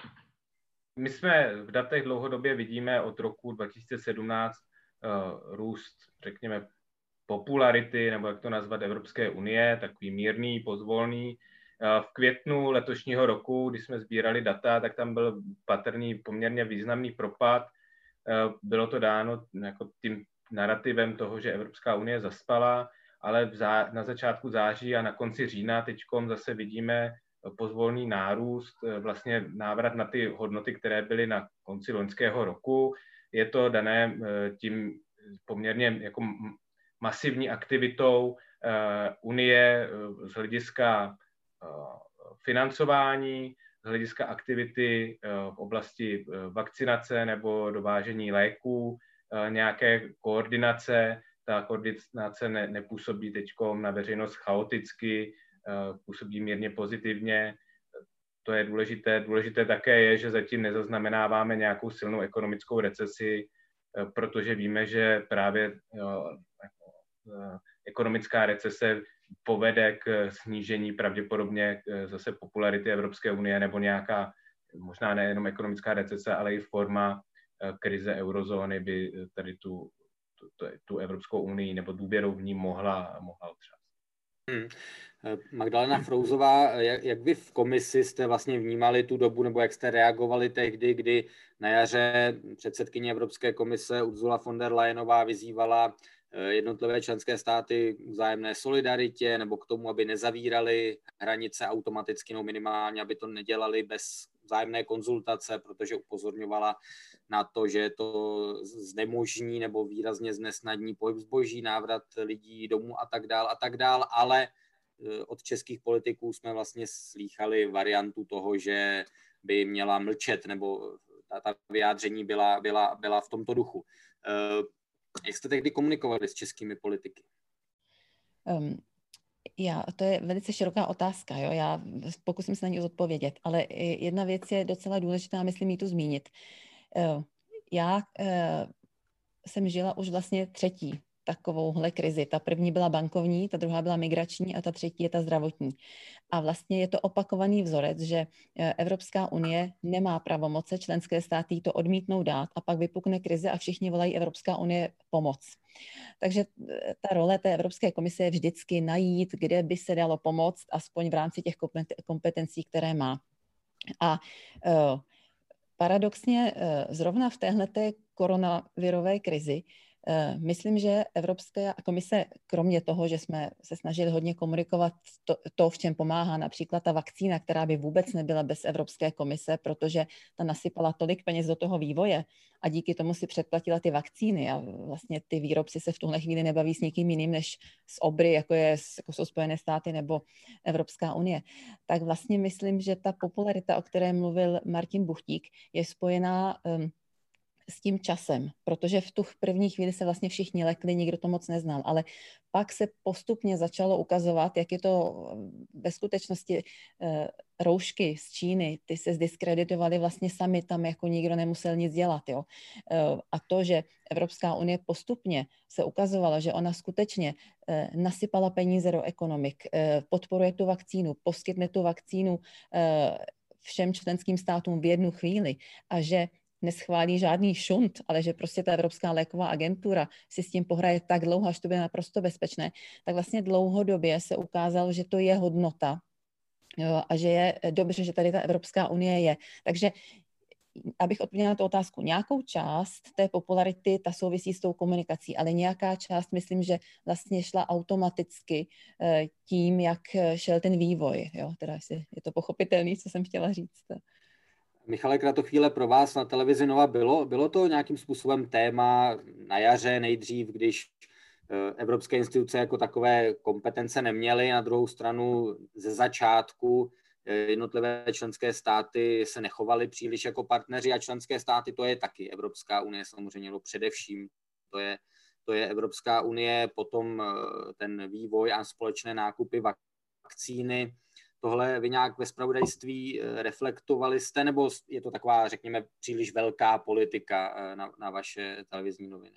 Speaker 3: My jsme v datech dlouhodobě vidíme od roku dva tisíce sedmnáct uh, růst, řekněme, popularity, nebo jak to nazvat, Evropské unie, takový mírný, pozvolný. V květnu letošního roku, když jsme sbírali data, tak tam byl patrný poměrně významný propad. Bylo to dáno jako tím narrativem toho, že Evropská unie zaspala, ale v zá, na začátku září a na konci října teďkom zase vidíme pozvolný nárůst, vlastně návrat na ty hodnoty, které byly na konci loňského roku. Je to dané tím poměrně jako masivní aktivitou Unie z hlediska financování, z hlediska aktivity v oblasti vakcinace nebo dovážení léků, nějaké koordinace. Ta koordinace ne, nepůsobí teďkom na veřejnost chaoticky, působí mírně pozitivně. To je důležité. Důležité také je, že zatím nezaznamenáváme nějakou silnou ekonomickou recesi, protože víme, že právě ekonomická recese povede k snížení pravděpodobně zase popularity Evropské unie nebo nějaká, možná nejenom ekonomická recese, ale i forma krize eurozóny by tady tu, tu, tu Evropskou unii nebo důvěrou v ní mohla, mohla otřást.
Speaker 1: Hmm. Magdalena Frouzová, jak, jak vy v komisi jste vlastně vnímali tu dobu, nebo jak jste reagovali tehdy, kdy na jaře předsedkyně Evropské komise Ursula von der Leyenová vyzývala jednotlivé členské státy k vzájemné solidaritě nebo k tomu, aby nezavírali hranice automaticky, no minimálně, aby to nedělali bez vzájemné konzultace, protože upozorňovala na to, že to znemožní nebo výrazně znesnadní pohyb zboží, návrat lidí domů a tak dál a tak dál, ale od českých politiků jsme vlastně slýchali variantu toho, že by měla mlčet, nebo ta, ta vyjádření byla, byla, byla v tomto duchu. Jak jste tehdy komunikovali s českými politiky?
Speaker 2: Um, já, to je velice široká otázka, jo? Já pokusím se na ní odpovědět, ale jedna věc je docela důležitá, myslím jí tu zmínit. Uh, já uh, jsem žila už vlastně třetí takovouhle krizi. Ta první byla bankovní, ta druhá byla migrační a ta třetí je ta zdravotní. A vlastně je to opakovaný vzorec, že Evropská unie nemá pravomoce, členské státy to odmítnou dát a pak vypukne krize a všichni volají Evropská unie pomoc. Takže ta role té Evropské komise je vždycky najít, kde by se dalo pomoct, aspoň v rámci těch kompetencí, které má. A uh, paradoxně uh, zrovna v téhleté koronavirové krizi myslím, že Evropská komise, kromě toho, že jsme se snažili hodně komunikovat to, to, v čem pomáhá například ta vakcína, která by vůbec nebyla bez Evropské komise, protože ta nasypala tolik peněz do toho vývoje a díky tomu si předplatila ty vakcíny a vlastně ty výrobci se v tuhle chvíli nebaví s nikým jiným než s obry, jako, je, jako jsou Spojené státy nebo Evropská unie. Tak vlastně myslím, že ta popularita, o které mluvil Martin Buchtík, je spojená um, s tím časem, protože v tu první chvíli se vlastně všichni lekli, nikdo to moc neznal, ale pak se postupně začalo ukazovat, jak je to ve skutečnosti eh, roušky z Číny, ty se zdiskreditovaly vlastně sami, tam jako nikdo nemusel nic dělat. Jo? Eh, a to, že Evropská unie postupně se ukazovala, že ona skutečně eh, nasypala peníze do ekonomik, eh, podporuje tu vakcínu, poskytne tu vakcínu eh, všem členským státům v jednu chvíli a že neschválí žádný šunt, ale že prostě ta Evropská léková agentura si s tím pohraje tak dlouho, až to bude naprosto bezpečné, tak vlastně dlouhodobě se ukázalo, že to je hodnota a že je dobře, že tady ta Evropská unie je. Takže abych odpověděla na tu otázku, nějakou část té popularity, ta souvisí s tou komunikací, ale nějaká část, myslím, že vlastně šla automaticky tím, jak šel ten vývoj. Jo? Teda je to pochopitelný, co jsem chtěla říct.
Speaker 1: Michale, Kratochvíle, pro vás na televizi Nova bylo, bylo to nějakým způsobem téma na jaře nejdřív, když evropské instituce jako takové kompetence neměly, na druhou stranu ze začátku jednotlivé členské státy se nechovaly příliš jako partneři a členské státy to je taky Evropská unie samozřejmě, no především to je, to je Evropská unie, potom ten vývoj a společné nákupy vakcíny. Tohle vy nějak ve zpravodajství reflektovali jste, nebo je to taková, řekněme, příliš velká politika na, na vaše televizní noviny?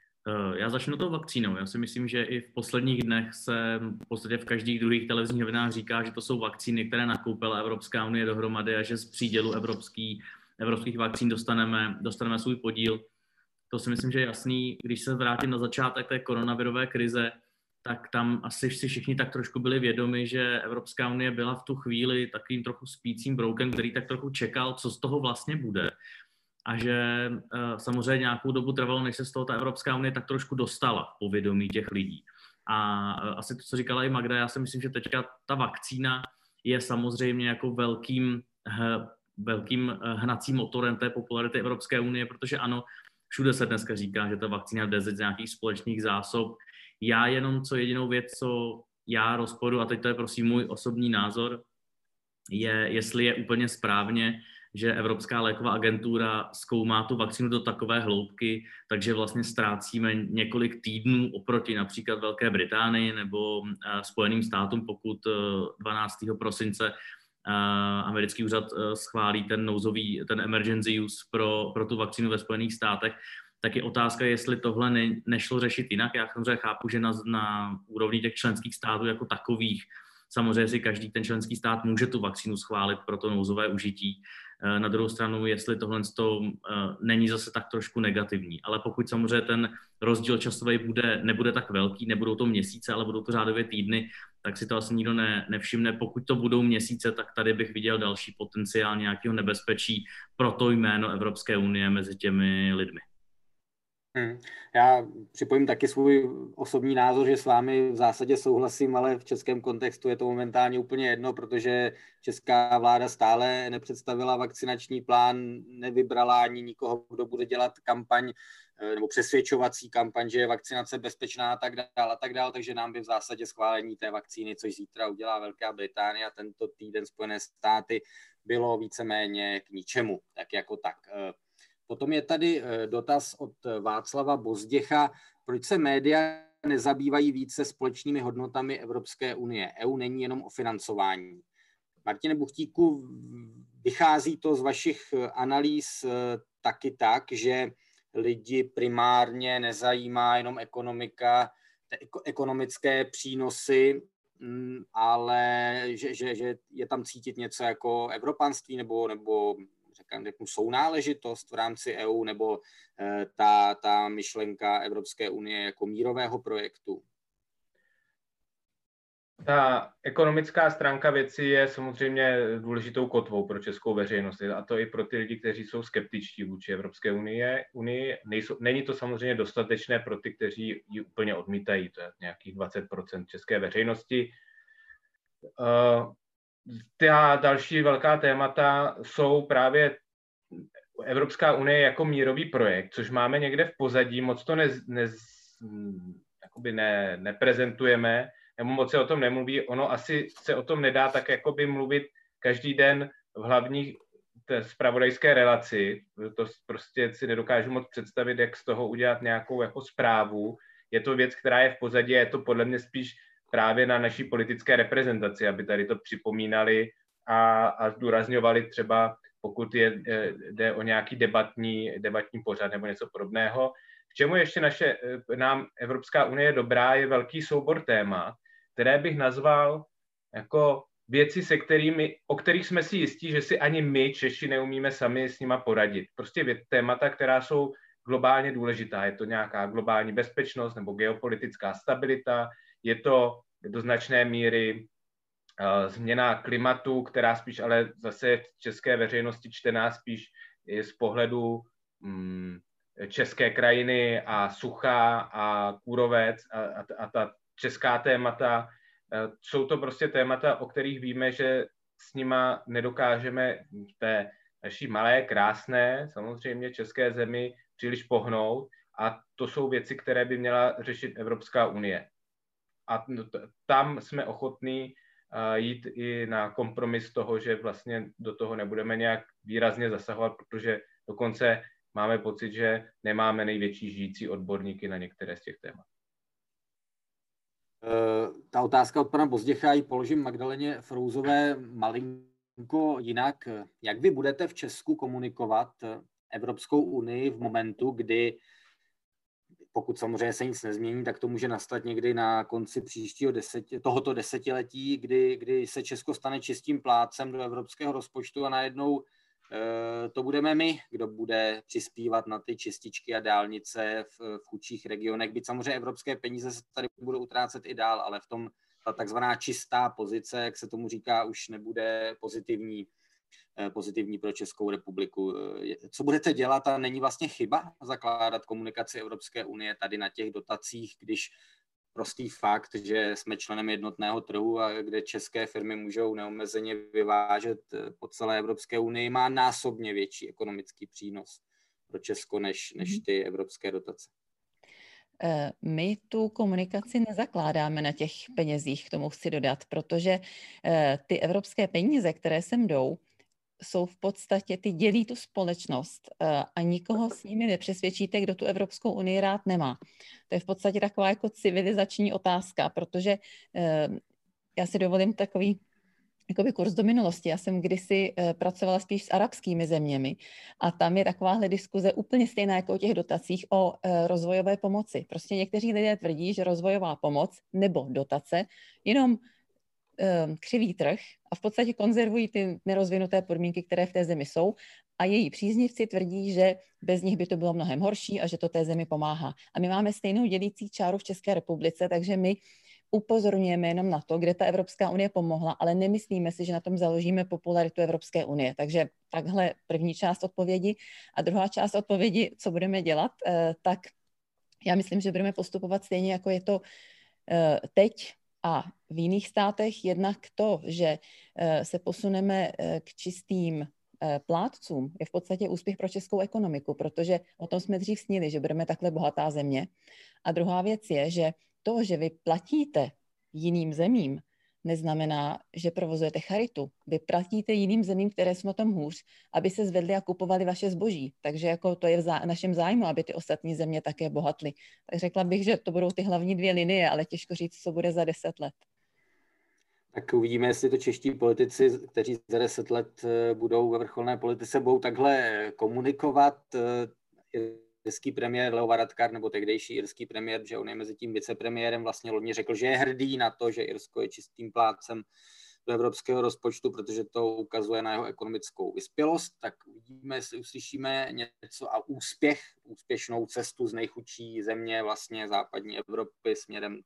Speaker 4: Já začnu tou vakcínou. Já si myslím, že i v posledních dnech se v podstatě v každých druhých televizních novinách říká, že to jsou vakcíny, které nakoupila Evropská unie dohromady a že z přídělu evropský, evropských vakcín dostaneme, dostaneme svůj podíl. To si myslím, že je jasný. Když se vrátím na začátek té koronavirové krize, tak tam asi si všichni tak trošku byli vědomi, že Evropská unie byla v tu chvíli takovým trochu spícím broukem, který tak trochu čekal, co z toho vlastně bude. A že uh, samozřejmě nějakou dobu trvalo, než se z toho ta Evropská unie tak trošku dostala v povědomí těch lidí. A uh, asi to, co říkala i Magda, já si myslím, že teďka ta vakcína je samozřejmě jako velkým, uh, velkým uh, hnacím motorem té popularity Evropské unie, protože ano, všude se dneska říká, že ta vakcína jde z nějakých společných zásob. Já jenom co jedinou věc, co já rozporu, a teď to je prosím můj osobní názor, je, jestli je úplně správně, že Evropská léková agentura zkoumá tu vakcínu do takové hloubky, takže vlastně ztrácíme několik týdnů oproti například Velké Británii nebo Spojeným státům, pokud dvanáctého prosince americký úřad schválí ten nouzový, ten emergency use pro, pro tu vakcínu ve Spojených státech, tak je otázka, jestli tohle ne, nešlo řešit jinak. Já samozřejmě chápu, že na, na úrovni těch členských států jako takových samozřejmě si každý ten členský stát může tu vakcínu schválit pro to nouzové užití. Na druhou stranu, jestli tohle to není zase tak trošku negativní. Ale pokud samozřejmě ten rozdíl časový bude, nebude tak velký, nebudou to měsíce, ale budou to řádově týdny, tak si to asi nikdo ne, nevšimne. Pokud to budou měsíce, tak tady bych viděl další potenciál nějakého nebezpečí pro to jméno Evropské unie mezi těmi lidmi.
Speaker 1: Hmm. Já připojím taky svůj osobní názor, že s vámi v zásadě souhlasím, ale v českém kontextu je to momentálně úplně jedno, protože česká vláda stále nepředstavila vakcinační plán, nevybrala ani nikoho, kdo bude dělat kampaň nebo přesvědčovací kampaň, že je vakcinace bezpečná a tak dále a tak dále, takže nám by v zásadě schválení té vakcíny, což zítra udělá Velká Británie a tento týden Spojené státy, bylo víceméně k ničemu, tak jako tak. Potom je tady dotaz od Václava Bozděcha, proč se média nezabývají více společnými hodnotami Evropské unie. E U není jenom o financování. Martine Buchtíku, vychází to z vašich analýz taky tak, že lidi primárně nezajímá jenom ekonomika, ekonomické přínosy, ale že, že, že je tam cítit něco jako evropanství nebo, nebo řeknu, sounáležitost v rámci E U nebo eh, ta, ta myšlenka Evropské unie jako mírového projektu?
Speaker 3: Ta ekonomická stránka věci je samozřejmě důležitou kotvou pro českou veřejnost, a to i pro ty lidi, kteří jsou skeptičtí vůči Evropské unie. unii. Nejsou, není to samozřejmě dostatečné pro ty, kteří ji úplně odmítají, to je nějakých dvacet procent české veřejnosti. Uh, Ta další velká témata jsou právě Evropská unie jako mírový projekt, což máme někde v pozadí, moc to ne, ne, jakoby ne, neprezentujeme, nebo moc se o tom nemluví. Ono asi se o tom nedá tak jakoby mluvit každý den v hlavní zpravodajské relaci. To prostě si nedokážu moc představit, jak z toho udělat nějakou jako zprávu. Je to věc, která je v pozadí a je to podle mě spíš právě na naší politické reprezentaci, aby tady to připomínali a, a zdůrazňovali třeba, pokud je, jde o nějaký debatní, debatní pořad nebo něco podobného. K čemu ještě naše, nám Evropská unie je dobrá, je velký soubor témat, které bych nazval jako věci, se kterými, o kterých jsme si jistí, že si ani my, Češi, neumíme sami s nima poradit. Prostě vě, témata, která jsou globálně důležitá. Je to nějaká globální bezpečnost nebo geopolitická stabilita, je to do značné míry uh, změna klimatu, která spíš ale zase v české veřejnosti čtená spíš z pohledu um, české krajiny a sucha a kůrovec a, a, a ta česká témata. Jsou to prostě témata, o kterých víme, že s nima nedokážeme v té naší malé, krásné, samozřejmě české zemi příliš pohnout a to jsou věci, které by měla řešit Evropská unie. A tam jsme ochotní jít i na kompromis toho, že vlastně do toho nebudeme nějak výrazně zasahovat, protože dokonce máme pocit, že nemáme největší žijící odborníky na některé z těch témat.
Speaker 1: Ta otázka od pana Bozděcha ji položím Magdaleně Frouzové malinko jinak. Jak vy budete v Česku komunikovat Evropskou unii v momentu, kdy, pokud samozřejmě se nic nezmění, tak to může nastat někdy na konci příštího deseti, tohoto desetiletí, kdy, kdy se Česko stane čistým plátcem do evropského rozpočtu a najednou to budeme my, kdo bude přispívat na ty čističky a dálnice v, v chudších regionech. Byť samozřejmě evropské peníze se tady budou utrácet i dál, ale v tom ta takzvaná čistá pozice, jak se tomu říká, už nebude pozitivní, pozitivní pro Českou republiku. Co budete dělat a není vlastně chyba zakládat komunikaci Evropské unie tady na těch dotacích, když prostý fakt, že jsme členem jednotného trhu a kde české firmy můžou neomezeně vyvážet po celé Evropské unii, má násobně větší ekonomický přínos pro Česko než, než ty evropské dotace.
Speaker 2: My tu komunikaci nezakládáme na těch penězích, k tomu chci dodat, protože ty evropské peníze, které sem jdou, jsou v podstatě, ty dělí tu společnost a nikoho s nimi nepřesvědčíte, kdo tu Evropskou unii rád nemá. To je v podstatě taková jako civilizační otázka, protože já si dovolím takový jakoby kurz do minulosti. Já jsem kdysi pracovala spíš s arabskými zeměmi a tam je takováhle diskuze úplně stejná jako o těch dotacích o rozvojové pomoci. Prostě někteří lidé tvrdí, že rozvojová pomoc nebo dotace jenom křiví trh a v podstatě konzervují ty nerozvinuté podmínky, které v té zemi jsou a její příznivci tvrdí, že bez nich by to bylo mnohem horší a že to té zemi pomáhá. A my máme stejnou dělící čáru v České republice, takže my upozorňujeme jenom na to, kde ta Evropská unie pomohla, ale nemyslíme si, že na tom založíme popularitu Evropské unie. Takže takhle první část odpovědi. A druhá část odpovědi, co budeme dělat, tak já myslím, že budeme postupovat stejně, jako je to teď a v jiných státech, jednak to, že se posuneme k čistým plátcům, je v podstatě úspěch pro českou ekonomiku, protože o tom jsme dřív snili, že budeme takhle bohatá země. A druhá věc je, že to, že vy platíte jiným zemím, neznamená, že provozujete charitu. Vy platíte jiným zemím, které jsou na tom hůř, aby se zvedli a kupovali vaše zboží. Takže jako to je v zá- našem zájmu, aby ty ostatní země také bohatly. Tak řekla bych, že to budou ty hlavní dvě linie, ale těžko říct, co bude za deset let.
Speaker 1: Tak uvidíme, jestli to čeští politici, kteří za deset let budou ve vrcholné politice, budou takhle komunikovat. Irský premiér Leo Varadkar, nebo tehdejší irský premiér, že on je mezi tím vicepremiérem, vlastně loni řekl, že je hrdý na to, že Irsko je čistým plátcem do evropského rozpočtu, protože to ukazuje na jeho ekonomickou vyspělost. Tak uvidíme, jestli uslyšíme něco a úspěch, úspěšnou cestu z nejchudší země vlastně západní Evropy směrem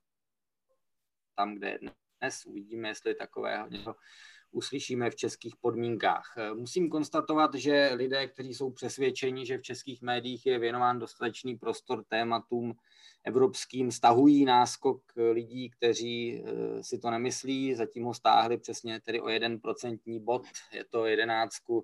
Speaker 1: tam, kde je dnes. Uvidíme, jestli takového něco uslyšíme v českých podmínkách. Musím konstatovat, že lidé, kteří jsou přesvědčeni, že v českých médiích je věnován dostatečný prostor tématům evropským, stahují náskok lidí, kteří si to nemyslí. Zatím ho stáhli přesně tedy o jeden procentní bod. Je to jedenáct ku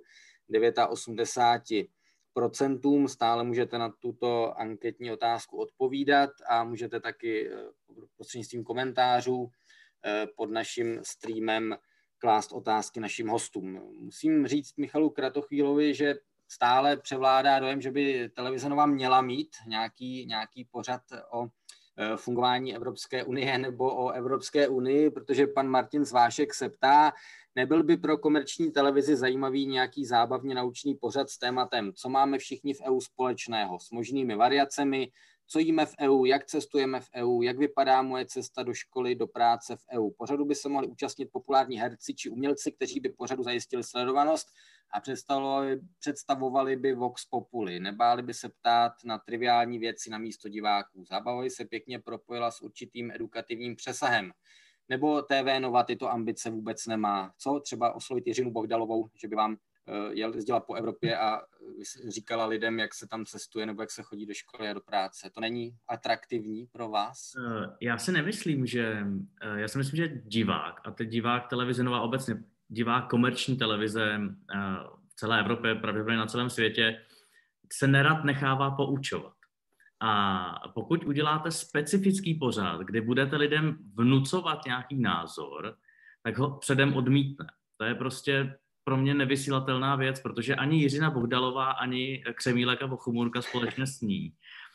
Speaker 1: osmdesáti devíti procentům. Stále můžete na tuto anketní otázku odpovídat a můžete taky prostřednictvím komentářů pod naším streamem klást otázky našim hostům. Musím říct Michalu Kratochvílovi, že stále převládá dojem, že by televize Nova měla mít nějaký, nějaký pořad o fungování Evropské unie nebo o Evropské unii, protože pan Martin Zvášek se ptá, nebyl by pro komerční televizi zajímavý nějaký zábavně naučný pořad s tématem, co máme všichni v E U společného, s možnými variacemi, co jíme v E U, jak cestujeme v E U, jak vypadá moje cesta do školy, do práce v E U. Pořadu by se mohli účastnit populární herci či umělci, kteří by pořadu zajistili sledovanost a představovali, představovali by Vox Populi. Nebáli by se ptát na triviální věci na místo diváků. Zábava by se pěkně propojila s určitým edukativním přesahem. Nebo T V Nova tyto ambice vůbec nemá. Co? Třeba oslovit Jiřinu Bohdalovou, že by vám jezdila po Evropě a říkala lidem, jak se tam cestuje nebo jak se chodí do školy a do práce. To není atraktivní pro vás?
Speaker 4: Já si nemyslím, že... Já si myslím, že divák, a teď divák televize Nova obecně, divák komerční televize v celé Evropě, pravděpodobně na celém světě, se nerad nechává poučovat. A pokud uděláte specifický pořad, kdy budete lidem vnucovat nějaký názor, tak ho předem odmítne. To je prostě pro mě nevysílatelná věc, protože ani Jiřina Bohdalová, ani Křemílek a Bochumurka společně s ní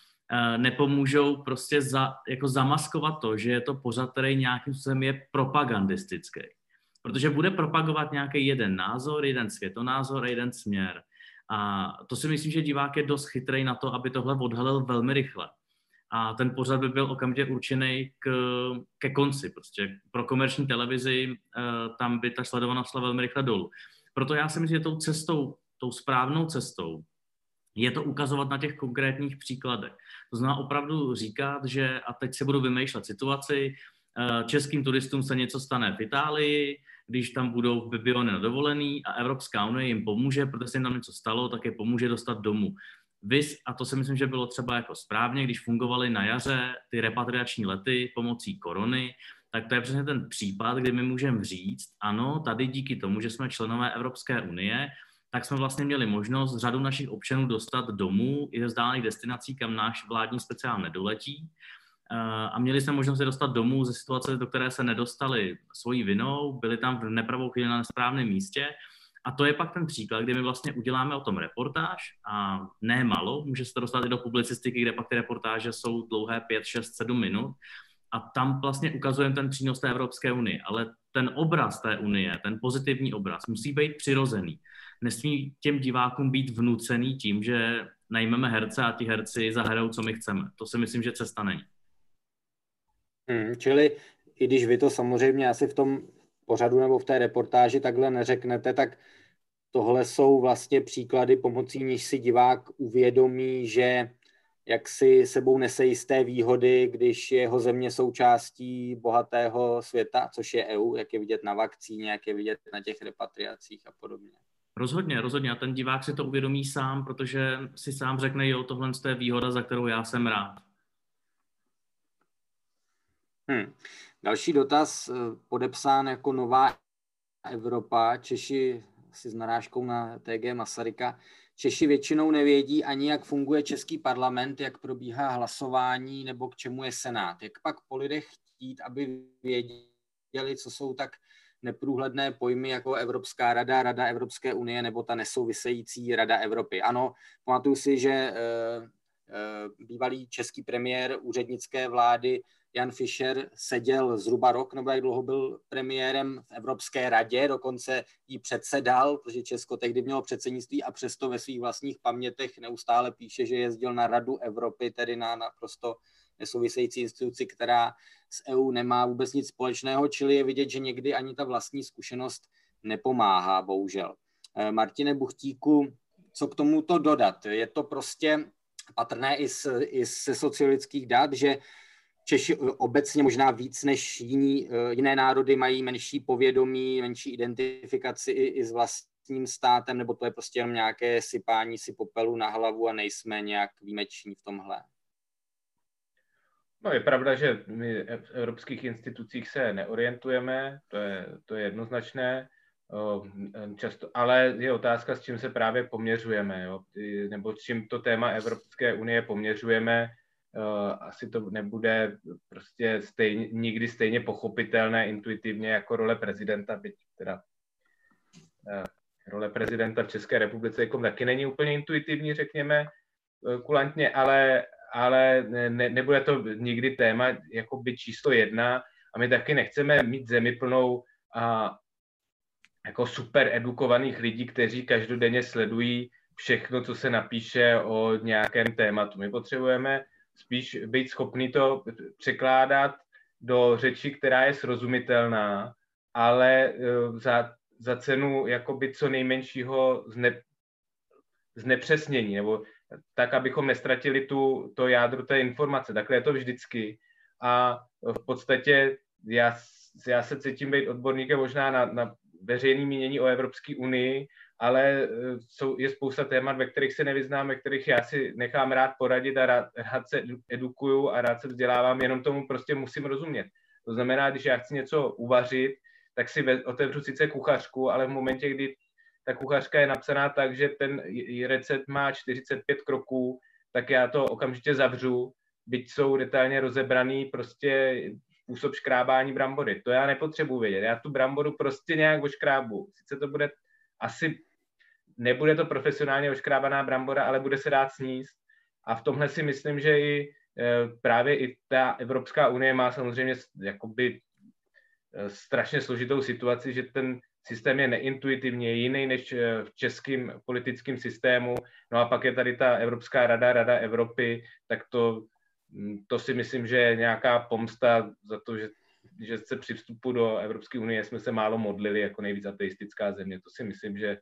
Speaker 4: nepomůžou prostě za, jako zamaskovat to, že je to pořad, který nějakým způsobem je propagandistický. Protože bude propagovat nějaký jeden názor, jeden světonázor a jeden směr. A to si myslím, že divák je dost chytrý na to, aby tohle odhalil velmi rychle. A ten pořad by byl okamžitě určený k, ke konci. Prostě pro komerční televizi tam by ta sledovanost šla velmi rychle dolů. Proto já si myslím, že tou cestou, tou správnou cestou je to ukazovat na těch konkrétních příkladech. To znamená opravdu říkat, že, a teď se budu vymýšlet situaci, českým turistům se něco stane v Itálii, když tam budou v Bibione na dovolený a Evropská unie jim pomůže, protože se jim tam něco stalo, tak je pomůže dostat domů. Vys, a to si myslím, že bylo třeba jako správně, když fungovaly na jaře ty repatriační lety pomocí korony, tak to je přesně ten případ, kdy my můžeme říct, ano, tady díky tomu, že jsme členové Evropské unie, tak jsme vlastně měli možnost řadu našich občanů dostat domů i ze vzdálených destinací, kam náš vládní speciál nedoletí. A měli jsme možnost je dostat domů ze situace, do které se nedostali svojí vinou, byli tam v nepravou chvíli na nesprávném místě. A to je pak ten příklad, kdy my vlastně uděláme o tom reportáž a ne malo, může se to dostat i do publicistiky, kde pak ty reportáže jsou dlouhé pět, šest, sedm minut a tam vlastně ukazujeme ten přínos té Evropské unie. Ale ten obraz té unie, ten pozitivní obraz musí být přirozený. Nesmí těm divákům být vnucený tím, že najmeme herce a ti herci zahrajou, co my chceme. To si myslím, že cesta není.
Speaker 1: Hmm, čili i když vy to samozřejmě asi v tom pořadu nebo v té reportáži takhle neřeknete, tak tohle jsou vlastně příklady, pomocí níž si divák uvědomí, že jak si sebou nese jisté výhody, když je jeho země součástí bohatého světa, což je E U, jak je vidět na vakcíně, jak je vidět na těch repatriacích a podobně.
Speaker 4: Rozhodně, rozhodně. A ten divák si to uvědomí sám, protože si sám řekne, jo, tohle je výhoda, za kterou já jsem rád.
Speaker 1: Hmm. Další dotaz, podepsán jako Nová Evropa. Češi si s narážkou na T G Masaryka. Češi většinou nevědí ani, jak funguje český parlament, jak probíhá hlasování nebo k čemu je Senát. Jak pak po lidech chtít, aby věděli, co jsou tak neprůhledné pojmy jako Evropská rada, Rada Evropské unie nebo ta nesouvisející Rada Evropy. Ano, pamatuju si, že e, e, bývalý český premiér úřednické vlády Jan Fischer seděl zhruba rok, nebo jak dlouho byl premiérem v Evropské radě, dokonce jí předsedal, protože Česko tehdy mělo předsednictví a přesto ve svých vlastních pamětech neustále píše, že jezdil na Radu Evropy, tedy na naprosto nesouvisející instituci, která s E U nemá vůbec nic společného, čili je vidět, že někdy ani ta vlastní zkušenost nepomáhá, bohužel. Martine Buchtíku, co k tomuto dodat? Je to prostě patrné i, z, i ze sociologických dat, že Češi obecně možná víc než jiní, jiné národy mají menší povědomí, menší identifikaci i, i s vlastním státem, nebo to je prostě jenom nějaké sypání si popelu na hlavu a nejsme nějak výjimeční v tomhle?
Speaker 3: No je pravda, že my v evropských institucích se neorientujeme, to je, to je jednoznačné, často, ale je otázka, s čím se právě poměřujeme, jo? Nebo s čím to téma Evropské unie poměřujeme. Asi to nebude prostě stejně, nikdy stejně pochopitelné intuitivně jako role prezidenta, byť teda role prezidenta v České republice jako taky není úplně intuitivní, řekněme, kulantně, ale ale ne, nebude to nikdy téma jako by číslo jedna a my taky nechceme mít zemi plnou a, jako super edukovaných lidí, kteří každodenně sledují všechno, co se napíše o nějakém tématu. My potřebujeme spíš být schopný to překládat do řeči, která je srozumitelná, ale za, za cenu jakoby co nejmenšího zne, znepřesnění, nebo tak, abychom nestratili tu, to jádro té informace. Takhle je to vždycky. A v podstatě já, já se cítím být odborníkem možná na, na veřejné mínění o Evropské unii, ale jsou, je spousta témat, ve kterých se nevyznám, ve kterých já si nechám rád poradit a rád, rád se edukuju a rád se vzdělávám, jenom tomu prostě musím rozumět. To znamená, když já chci něco uvařit, tak si otevřu sice kuchařku, ale v momentě, kdy ta kuchařka je napsaná tak, že ten recept má čtyřicet pět kroků, tak já to okamžitě zavřu, byť jsou detailně rozebraný prostě způsob škrábání brambory. To já nepotřebuji vědět. Já tu bramboru prostě nějak oškrábu. Sice to bude asi, nebude to profesionálně oškrábaná brambora, ale bude se dát sníst. A v tomhle si myslím, že i právě i ta Evropská unie má samozřejmě jakoby strašně složitou situaci, že ten systém je neintuitivně jiný než v českém politickém systému. No a pak je tady ta Evropská rada, Rada Evropy, tak to, to si myslím, že je nějaká pomsta za to, že, že se při vstupu do Evropské unie jsme se málo modlili jako nejvíc ateistická země. To si myslím, že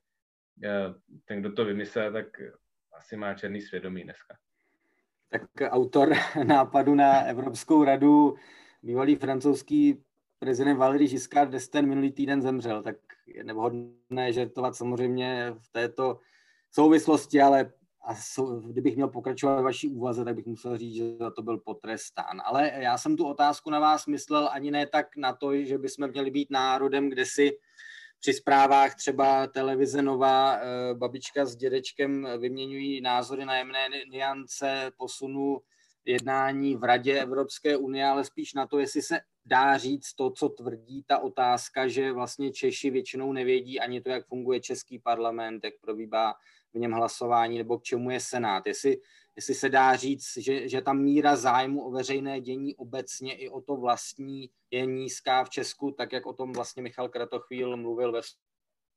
Speaker 3: ten, kdo to vymyslel, tak asi má černý svědomí dneska.
Speaker 1: Tak autor nápadu na Evropskou radu, bývalý francouzský prezident Valéry Giscard d'Estaing minulý týden zemřel, tak je nevhodné žertovat samozřejmě v této souvislosti, ale kdybych měl pokračovat ve vaší úvaze, tak bych musel říct, že za to byl potrestán. Ale já jsem tu otázku na vás myslel ani ne tak na to, že bychom měli být národem, kde si při zprávách třeba televize Nova babička s dědečkem vyměňují názory na jemné niance posunu jednání v Radě Evropské unie, ale spíš na to, jestli se dá říct to, co tvrdí ta otázka, že vlastně Češi většinou nevědí ani to, jak funguje český parlament, jak probíhá v něm hlasování, nebo k čemu je Senát. Jestli, jestli se dá říct, že, že ta míra zájmu o veřejné dění obecně i o to vlastní je nízká v Česku, tak jak o tom vlastně Michal Kratochvíl mluvil ve vztahu.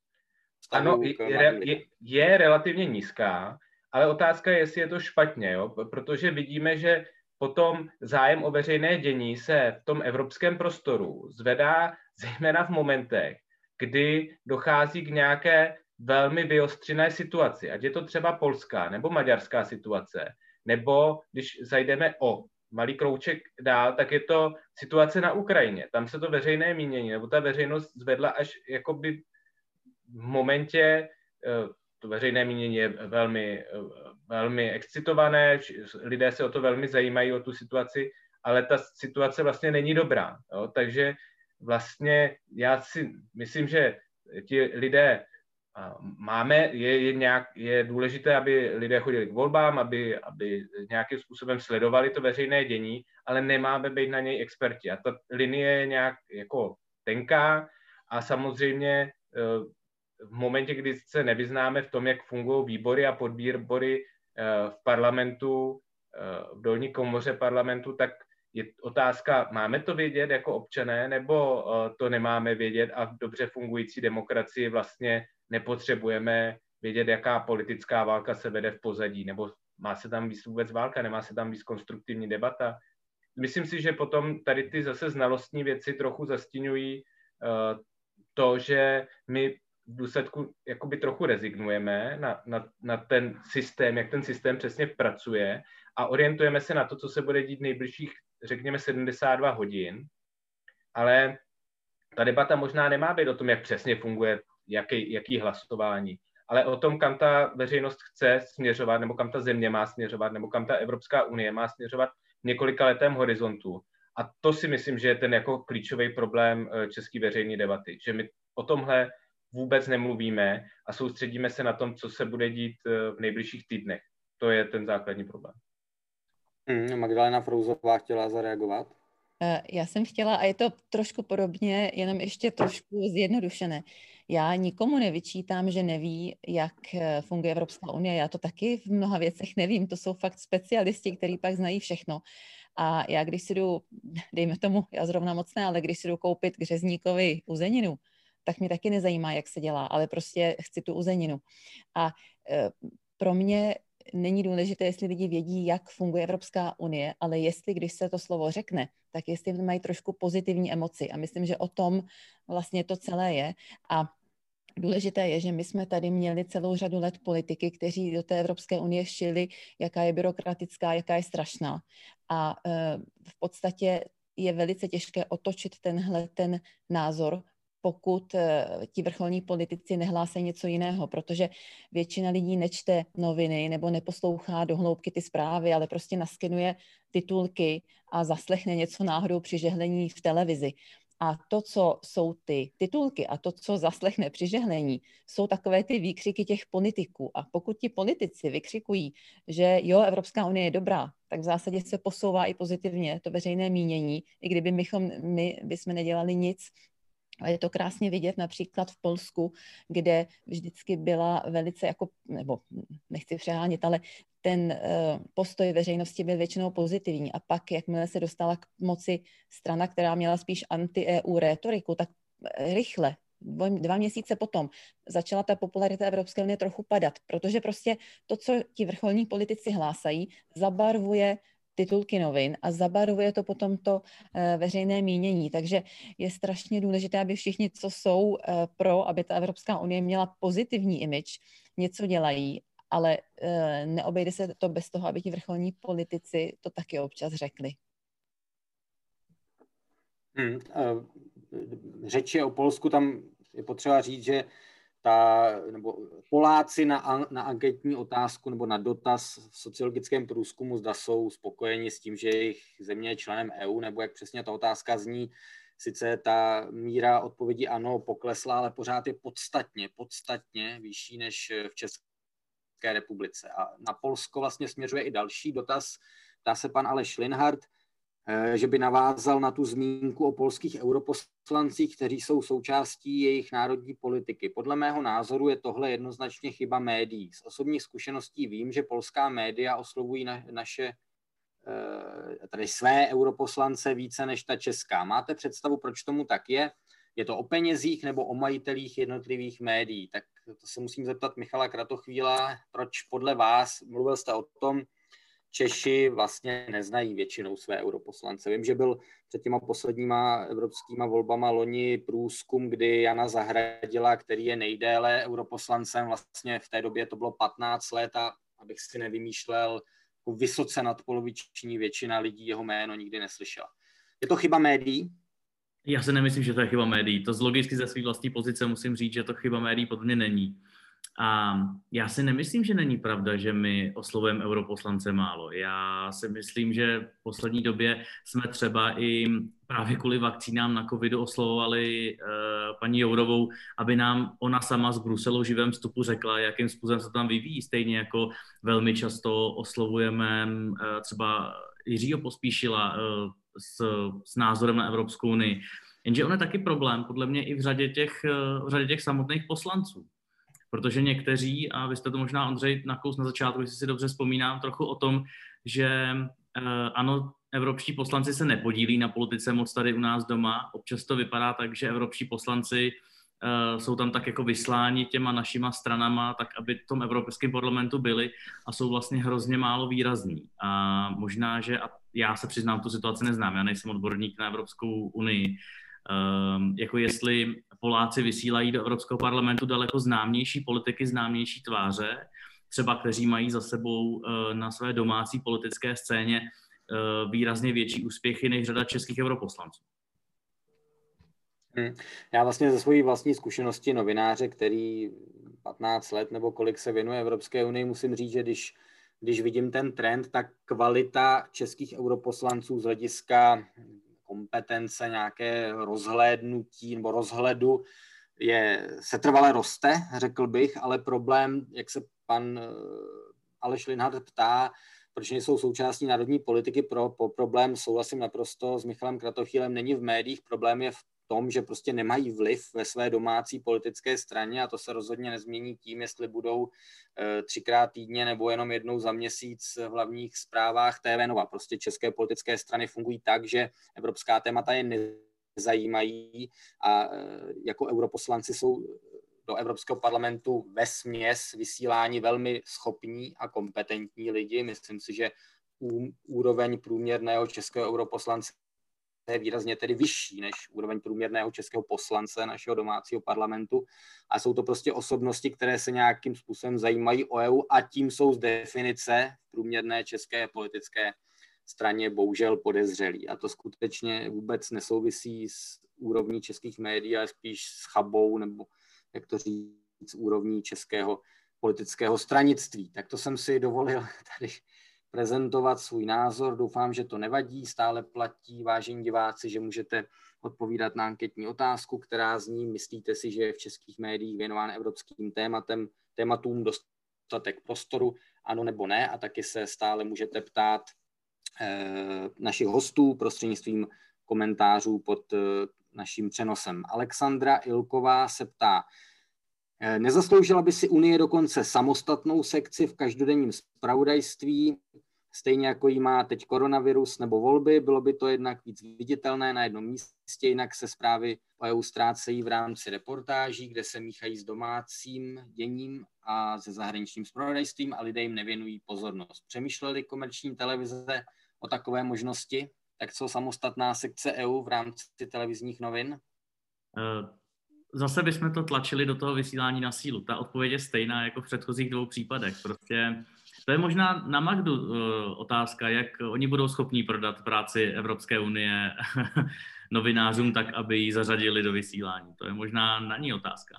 Speaker 3: Ano, je, je, je relativně nízká, ale otázka je, jestli je to špatně, jo? Protože vidíme, že potom zájem o veřejné dění se v tom evropském prostoru zvedá zejména v momentech, kdy dochází k nějaké velmi vyostřené situaci, ať je to třeba polská nebo maďarská situace, nebo když zajdeme o malý krouček dál, tak je to situace na Ukrajině. Tam se to veřejné mínění, nebo ta veřejnost zvedla až jakoby v momentě, to veřejné mínění je velmi, velmi excitované, lidé se o to velmi zajímají, o tu situaci, ale ta situace vlastně není dobrá. Jo? Takže vlastně já si myslím, že ti lidé máme, je, je, nějak, je důležité, aby lidé chodili k volbám, aby, aby nějakým způsobem sledovali to veřejné dění, ale nemáme být na něj experti. A ta linie je nějak jako tenká a samozřejmě v momentě, kdy se nevyznáme v tom, jak fungují výbory a podvýbory v parlamentu, v dolní komoře parlamentu, tak je otázka, máme to vědět jako občané, nebo to nemáme vědět a v dobře fungující demokracii vlastně nepotřebujeme vědět, jaká politická válka se vede v pozadí, nebo má se tam víc vůbec válka, nemá se tam víc konstruktivní debata. Myslím si, že potom tady ty zase znalostní věci trochu zastíňují to, že my v důsledku jakoby trochu rezignujeme na, na, na ten systém, jak ten systém přesně pracuje a orientujeme se na to, co se bude dít v nejbližších, řekněme, sedmdesát dva hodin, ale ta debata možná nemá být o tom, jak přesně funguje, jaký, jaký hlasování, ale o tom, kam ta veřejnost chce směřovat, nebo kam ta země má směřovat, nebo kam ta Evropská unie má směřovat v několika letém horizontu. A to si myslím, že je ten jako klíčový problém české veřejné debaty, že my o tomhle vůbec nemluvíme a soustředíme se na tom, co se bude dít v nejbližších týdnech. To je ten základní problém.
Speaker 1: Hmm, Magdalena Frouzová chtěla zareagovat.
Speaker 2: Já jsem chtěla, a je to trošku podobně, jenom ještě trošku zjednodušené. Já nikomu nevyčítám, že neví, jak funguje Evropská unie. Já to taky v mnoha věcech nevím. To jsou fakt specialisti, kteří pak znají všechno. A já když si jdu, dejme tomu, já zrovna moc ne, ale když si jdu koupit k řezníkovi uzeninu, tak mě taky nezajímá, jak se dělá, ale prostě chci tu uzeninu. A e, pro mě není důležité, jestli lidi vědí, jak funguje Evropská unie, ale jestli, když se to slovo řekne, tak jestli mají trošku pozitivní emoci. A myslím, že o tom vlastně to celé je. A důležité je, že my jsme tady měli celou řadu let politiky, kteří do té Evropské unie šili, jaká je byrokratická, jaká je strašná. A v podstatě je velice těžké otočit tenhle ten názor, pokud ti vrcholní politici nehlásají něco jiného, protože většina lidí nečte noviny nebo neposlouchá do hloubky ty zprávy, ale prostě naskenuje titulky a zaslechne něco náhodou při žehlení v televizi. A to, co jsou ty titulky a to, co zaslechne při žehlení, jsou takové ty výkřiky těch politiků. A pokud ti politici vykřikují, že jo, Evropská unie je dobrá, tak v zásadě se posouvá i pozitivně to veřejné mínění, i kdyby mychom, my bychom nedělali nic. A je to krásně vidět například v Polsku, kde vždycky byla velice jako, nebo nechci přehánět, ale ten uh, postoj veřejnosti byl většinou pozitivní. A pak, jakmile se dostala k moci strana, která měla spíš anti-E U rétoriku, tak rychle, dva měsíce potom, začala ta popularita Evropské unie trochu padat, protože prostě to, co ti vrcholní politici hlásají, zabarvuje titulky novin a zabarvuje to potom to uh, veřejné mínění. Takže je strašně důležité, aby všichni, co jsou uh, pro, aby ta Evropská unie měla pozitivní image, něco dělají, ale uh, neobejde se to bez toho, aby ti vrcholní politici to taky občas řekli.
Speaker 1: Hmm, uh, řeči o Polsku, tam je potřeba říct, že ta, nebo Poláci na, na anketní otázku nebo na dotaz v sociologickém průzkumu, zda jsou spokojeni s tím, že jejich země je členem E U, nebo jak přesně ta otázka zní, sice ta míra odpovědi ano poklesla, ale pořád je podstatně, podstatně vyšší než v České republice. A na Polsko vlastně směřuje i další dotaz, ptá se pan Aleš Linhardt, že by navázal na tu zmínku o polských europoslancích, kteří jsou součástí jejich národní politiky. Podle mého názoru je tohle jednoznačně chyba médií. Z osobních zkušeností vím, že polská média oslovují na, naše, tedy své europoslance více než ta česká. Máte představu, proč tomu tak je? Je to o penězích nebo o majitelích jednotlivých médií? Tak to se musím zeptat Michala Kratochvíla, proč podle vás, mluvil jste o tom, Češi vlastně neznají většinou své europoslance. Vím, že byl před těma posledníma evropskýma volbama loni průzkum, kdy Jana Zahradila, který je nejdéle europoslancem, vlastně v té době to bylo patnáct let a abych si nevymýšlel, jako vysoce nadpoloviční většina lidí jeho jméno nikdy neslyšela. Je to chyba médií?
Speaker 4: Já si nemyslím, že to je chyba médií. To z logicky ze své vlastní pozice musím říct, že to chyba médií podle mě není. A já si nemyslím, že není pravda, že my oslovujeme europoslance málo. Já si myslím, že v poslední době jsme třeba i právě kvůli vakcínám na covidu oslovovali uh, paní Jourovou, aby nám ona sama z Bruselu v živém vstupu řekla, jakým způsobem se tam vyvíjí. Stejně jako velmi často oslovujeme uh, třeba Jiřího Pospíšila uh, s, s názorem na Evropskou unii. Jenže on je taky problém, podle mě i v řadě těch, uh, v řadě těch samotných poslanců. Protože někteří, a vy jste to možná, Ondřej, nakous na začátku, jestli si dobře vzpomínám, trochu o tom, že eh, ano, evropští poslanci se nepodílí na politice moc tady u nás doma. Občas to vypadá tak, že evropští poslanci eh, jsou tam tak jako vysláni těma našima stranama, tak aby v tom Evropském parlamentu byli a jsou vlastně hrozně málo výrazní. A možná, že, a já se přiznám, tu situaci neznám, já nejsem odborník na Evropskou unii, Um, jako jestli Poláci vysílají do Evropského parlamentu daleko známější politiky, známější tváře, třeba kteří mají za sebou uh, na své domácí politické scéně uh, výrazně větší úspěchy než řada českých europoslanců.
Speaker 1: Hmm. Já vlastně ze své vlastní zkušenosti novináře, který patnáct let nebo kolik se věnuje Evropské unii, musím říct, že když, když vidím ten trend, tak kvalita českých europoslanců z hlediska kompetence, nějaké rozhlédnutí nebo rozhledu je, se trvale roste, řekl bych, ale problém, jak se pan Aleš Linhardt ptá, proč nejsou součástí národní politiky, pro, pro problém, souhlasím naprosto s Michalem Kratochvílem, není v médiích, problém je v tom, že prostě nemají vliv ve své domácí politické straně a to se rozhodně nezmění tím, jestli budou e, třikrát týdně nebo jenom jednou za měsíc v hlavních zprávách T V Nova. Prostě české politické strany fungují tak, že evropská témata je nezajímají a e, jako europoslanci jsou do Evropského parlamentu vesměs vysílání velmi schopní a kompetentní lidi. Myslím si, že úroveň průměrného českého europoslance je výrazně tedy vyšší než úroveň průměrného českého poslance našeho domácího parlamentu. A jsou to prostě osobnosti, které se nějakým způsobem zajímají o E U a tím jsou z definice průměrné české politické straně bohužel podezřelí. A to skutečně vůbec nesouvisí s úrovní českých médií, ale spíš s chabou, nebo jak to říct, úrovní českého politického stranictví. Tak to jsem si dovolil tady prezentovat svůj názor. Doufám, že to nevadí. Stále platí, vážení diváci, že můžete odpovídat na anketní otázku, která zní: myslíte si, že je v českých médiích věnován evropským tématem, tématům dostatek prostoru, ano nebo ne? A taky se stále můžete ptát eh, našich hostů prostřednictvím komentářů pod eh, naším přenosem. Alexandra Ilková se ptá: nezasloužila by si Unie dokonce samostatnou sekci v každodenním zpravodajství, stejně jako jí má teď koronavirus nebo volby? Bylo by to jednak víc viditelné na jednom místě, jinak se zprávy o E U ztrácejí v rámci reportáží, kde se míchají s domácím děním a se zahraničním zpravodajstvím a lidé jim nevěnují pozornost. Přemýšleli komerční televize o takové možnosti? Tak co samostatná sekce E U v rámci televizních novin?
Speaker 4: Uh... Zase bychom to tlačili do toho vysílání na sílu. Ta odpověď je stejná jako v předchozích dvou případech. Prostě to je možná na Magdu uh, otázka, jak oni budou schopní prodat práci Evropské unie novinářům tak, aby ji zařadili do vysílání. To je možná na ní otázka.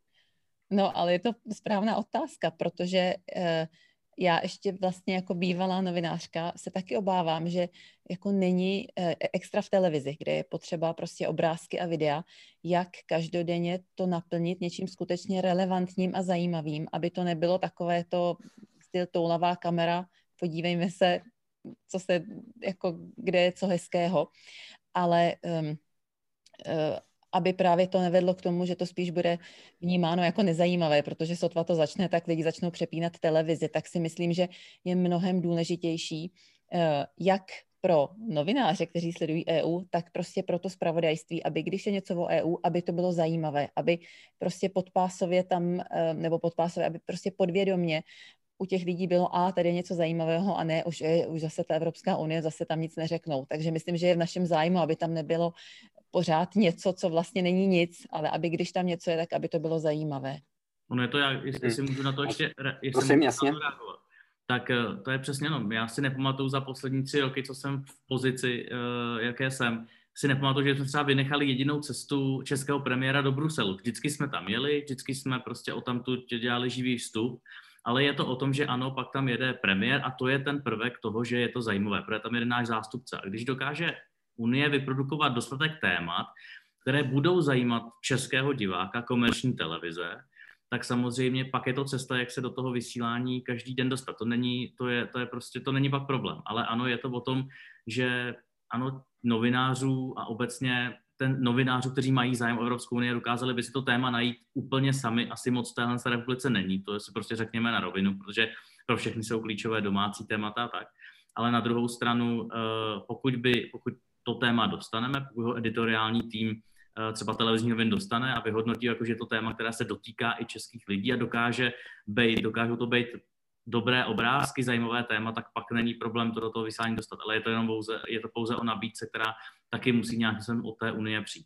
Speaker 2: No, ale je to správná otázka, protože uh, já ještě vlastně jako bývalá novinářka se taky obávám, že jako není eh, extra v televizi, kde je potřeba prostě obrázky a videa, jak každodenně to naplnit něčím skutečně relevantním a zajímavým, aby to nebylo takové to styl toulavá kamera, podívejme se, co se, jako, kde je co hezkého, ale um, uh, aby právě to nevedlo k tomu, že to spíš bude vnímáno jako nezajímavé, protože sotva to začne, tak lidi začnou přepínat televizi, tak si myslím, že je mnohem důležitější, jak pro novináře, kteří sledují E U, tak prostě pro to zpravodajství, aby když je něco o E U, aby to bylo zajímavé, aby prostě podpásově tam, nebo podpásově, aby prostě podvědomě u těch lidí bylo, a tady je něco zajímavého, a ne, už, je, už zase ta Evropská unie, zase tam nic neřeknou. Takže myslím, že je v našem zájmu, aby tam nebylo pořád něco, co vlastně není nic, ale aby když tam něco je, tak aby to bylo zajímavé.
Speaker 4: Ono je to, já, jestli hmm. můžu na to ještě
Speaker 1: Prosím, jasně.
Speaker 4: reagovat, tak to je přesně no. Já si nepamatuju za poslední tři roky, co jsem v pozici, jaké jsem, si nepamatuju, že jsme třeba vynechali jedinou cestu českého premiéra do Bruselu. Vždycky jsme tam jeli, vždycky jsme prostě o tamtud dělali živý vstup, ale je to o tom, že ano, pak tam jede premiér a to je ten prvek toho, že je to zajímavé, protože tam jede náš zástupce. A když dokáže Unie vyprodukovat dostatek témat, které budou zajímat českého diváka, komerční televize, tak samozřejmě pak je to cesta, jak se do toho vysílání každý den dostat. To není, to je, to je prostě, to není pak problém. Ale ano, je to o tom, že ano, novinářů a obecně ten novinářů, kteří mají zájem o Evropskou unii, dokázali by si to téma najít úplně sami, asi moc v téhle republice není. To si prostě řekněme na rovinu, protože pro všechny jsou klíčové domácí témata a tak. Ale na druhou stranu, pokud by, pokud to téma dostaneme, pokud ho editoriální tým třeba televizní novin dostane a vyhodnotí, jako, že je to téma, které se dotýká i českých lidí a dokáže být, dokážou to být dobré obrázky, zajímavé téma, tak pak není problém to do toho vysílání dostat. Ale je to jenom pouze, je to pouze o nabídce, která taky musí nějakým způsobem od té unie přijít.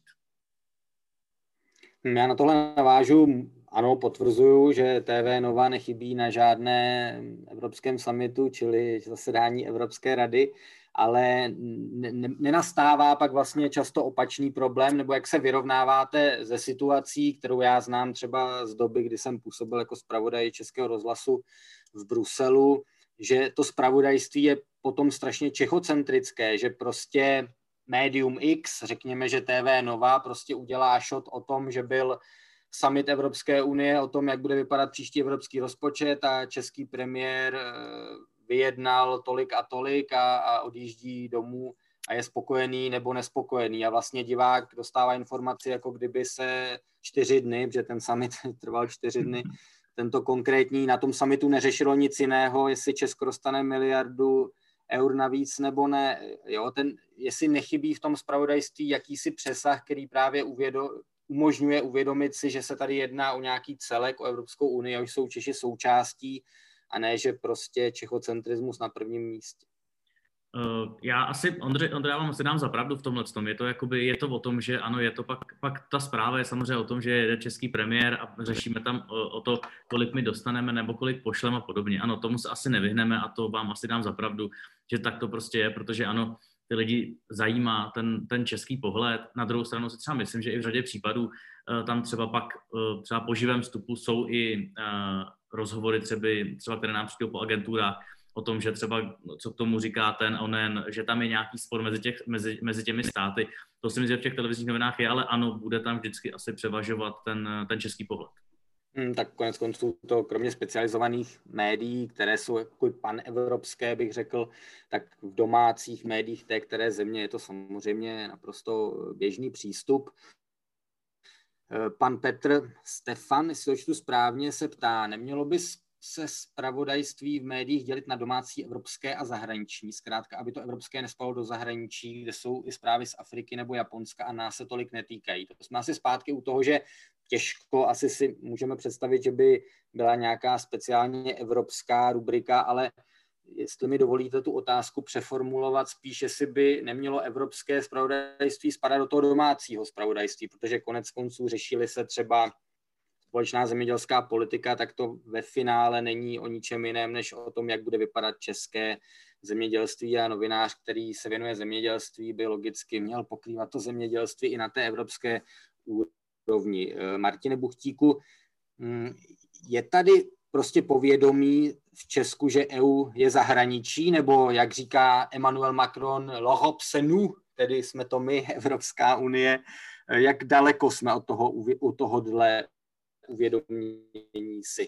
Speaker 1: Já na tohle navážu. Ano, potvrzuju, že T V Nova nechybí na žádné evropském summitu, čili zasedání Evropské rady, ale nenastává pak vlastně často opačný problém, nebo jak se vyrovnáváte ze situací, kterou já znám třeba z doby, kdy jsem působil jako zpravodaj Českého rozhlasu v Bruselu, že to zpravodajství je potom strašně čechocentrické, že prostě Medium X, řekněme, že T V Nova prostě udělá shot o tom, že byl summit Evropské unie, o tom, jak bude vypadat příští evropský rozpočet a český premiér vyjednal tolik a tolik a, a odjíždí domů a je spokojený nebo nespokojený. A vlastně divák dostává informaci, jako kdyby se čtyři dny, protože ten summit trval čtyři dny, tento konkrétní, na tom summitu neřešilo nic jiného, jestli Česko dostane miliardu eur navíc nebo ne. Jo, ten, jestli nechybí v tom zpravodajství jakýsi přesah, který právě uvědo, umožňuje uvědomit si, že se tady jedná o nějaký celek, o Evropskou unii, a už jsou Češi součástí, a ne, že prostě čechocentrismus na prvním místě.
Speaker 4: Uh, já asi, Ondře, Ondře, já vám asi dám za pravdu v tomhle tom. Je to, jakoby, je to o tom, že ano, je to pak, pak ta zpráva je samozřejmě o tom, že je český premiér a řešíme tam o, o to, kolik my dostaneme nebo kolik pošleme a podobně. Ano, tomu se asi nevyhneme a to vám asi dám za pravdu, že tak to prostě je, protože ano, ty lidi zajímá ten, ten český pohled. Na druhou stranu si třeba myslím, že i v řadě případů uh, tam třeba pak uh, třeba po živém vstupu jsou i uh, rozhovory třeba, třeba, které nám přijdou po agenturách, o tom, že třeba, co k tomu říká ten onen, že tam je nějaký spor mezi, těch, mezi, mezi těmi státy. To si myslím, že v těch televizních novinách je, ale ano, bude tam vždycky asi převažovat ten, ten český pohled.
Speaker 1: Hmm, tak konec konců to kromě specializovaných médií, které jsou jako panevropské, bych řekl, tak v domácích médiích té které země je to samozřejmě naprosto běžný přístup. Pan Petr Stefan, jestli to čtu správně, se ptá, nemělo by se zpravodajství v médiích dělit na domácí, evropské a zahraniční, zkrátka, aby to evropské nespalo do zahraničí, kde jsou i zprávy z Afriky nebo Japonska a nás se tolik netýkají. To jsme asi zpátky u toho, že těžko asi si můžeme představit, že by byla nějaká speciálně evropská rubrika, ale jestli mi dovolíte tu otázku přeformulovat, spíš jestli by nemělo evropské zpravodajství spadat do toho domácího zpravodajství, protože konec konců řešili se třeba společná zemědělská politika, tak to ve finále není o ničem jiném, než o tom, jak bude vypadat české zemědělství, a novinář, který se věnuje zemědělství, by logicky měl pokrývat to zemědělství i na té evropské úrovni. Martine Buchtíku, je tady prostě povědomí v Česku, že E U je zahraničí, nebo jak říká Emmanuel Macron, l'Europe c'est nous, tedy jsme to my, Evropská unie, jak daleko jsme od toho, u tohohle uvědomění si?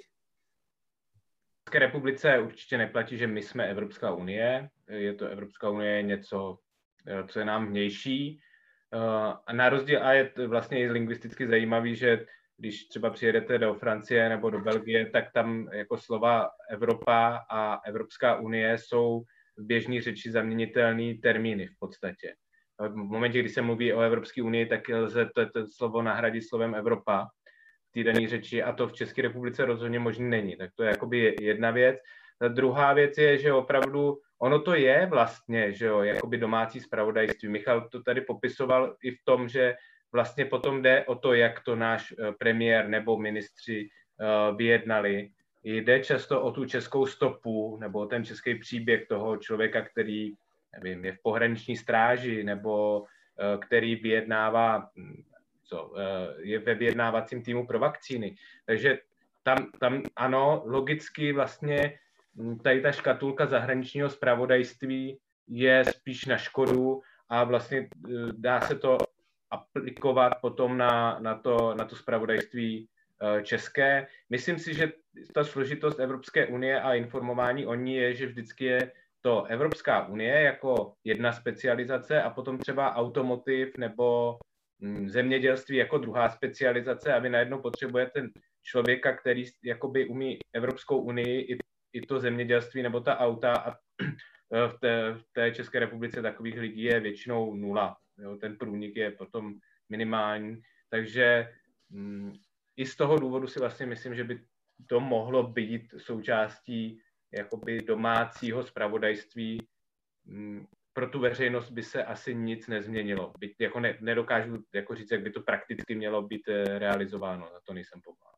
Speaker 3: V České republice určitě neplatí, že my jsme Evropská unie. Je to Evropská unie něco, co je nám vnější. A na rozdíl, a je vlastně i lingvisticky zajímavý, že když třeba přijedete do Francie nebo do Belgie, tak tam jako slova Evropa a Evropská unie jsou v běžné řeči zaměnitelné termíny v podstatě. V momentě, kdy se mluví o Evropské unii, tak lze to, to slovo nahradit slovem Evropa v té dané řeči, a to v České republice rozhodně možný není. Tak to je jakoby jedna věc. Ta druhá věc je, že opravdu ono to je vlastně, že jo, jakoby domácí zpravodajství. Michal to tady popisoval i v tom, že vlastně potom jde o to, jak to náš premiér nebo ministři vyjednali. Jde často o tu českou stopu nebo ten český příběh toho člověka, který, nevím, je v pohraniční stráži nebo který vyjednává, co, je ve vyjednávacím týmu pro vakcíny. Takže tam, tam ano, logicky vlastně tady ta škatulka zahraničního zpravodajství je spíš na škodu a vlastně dá se to aplikovat potom na, na, to, na to zpravodajství české. Myslím si, že ta složitost Evropské unie a informování o ní je, že vždycky je to Evropská unie jako jedna specializace a potom třeba automotiv nebo zemědělství jako druhá specializace, a vy najednou potřebujete člověka, který jakoby umí Evropskou unii i, i to zemědělství nebo ta auta, a v té, v té České republice takových lidí je většinou nula. Jo, ten průnik je potom minimální, takže mm, i z toho důvodu si vlastně myslím, že by to mohlo být součástí jakoby domácího zpravodajství. Mm, pro tu veřejnost by se asi nic nezměnilo. Byť jako ne, nedokážu jako říct, jak by to prakticky mělo být realizováno, na to nejsem povolán.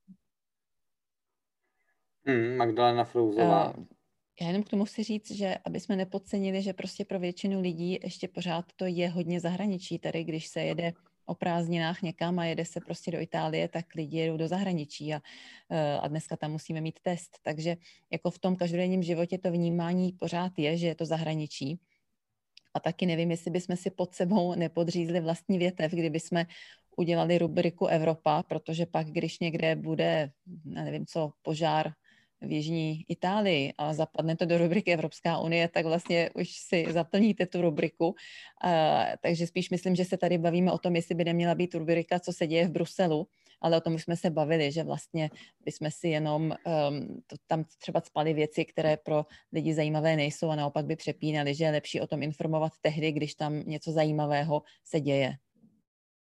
Speaker 1: Hmm, Magdalena Frouzová.
Speaker 2: Uh... Já jenom k tomu chci říct, že aby jsme nepodcenili, že prostě pro většinu lidí ještě pořád to je hodně zahraničí. Tady, když se jede o prázdninách někam a jede se prostě do Itálie, tak lidi jedou do zahraničí a, a dneska tam musíme mít test. Takže jako v tom každodenním životě to vnímání pořád je, že je to zahraničí. A taky nevím, jestli bychom si pod sebou nepodřízli vlastní větev, kdyby jsme udělali rubriku Evropa, protože pak, když někde bude, nevím co, požár v jižní Itálii a zapadne to do rubriky Evropská unie, tak vlastně už si zaplníte tu rubriku. Uh, takže spíš myslím, že se tady bavíme o tom, jestli by neměla být rubrika, co se děje v Bruselu, ale o tom už jsme se bavili, že vlastně bychom si jenom um, to, tam třeba cpali věci, které pro lidi zajímavé nejsou, a naopak by přepínali, že je lepší o tom informovat tehdy, když tam něco zajímavého se děje.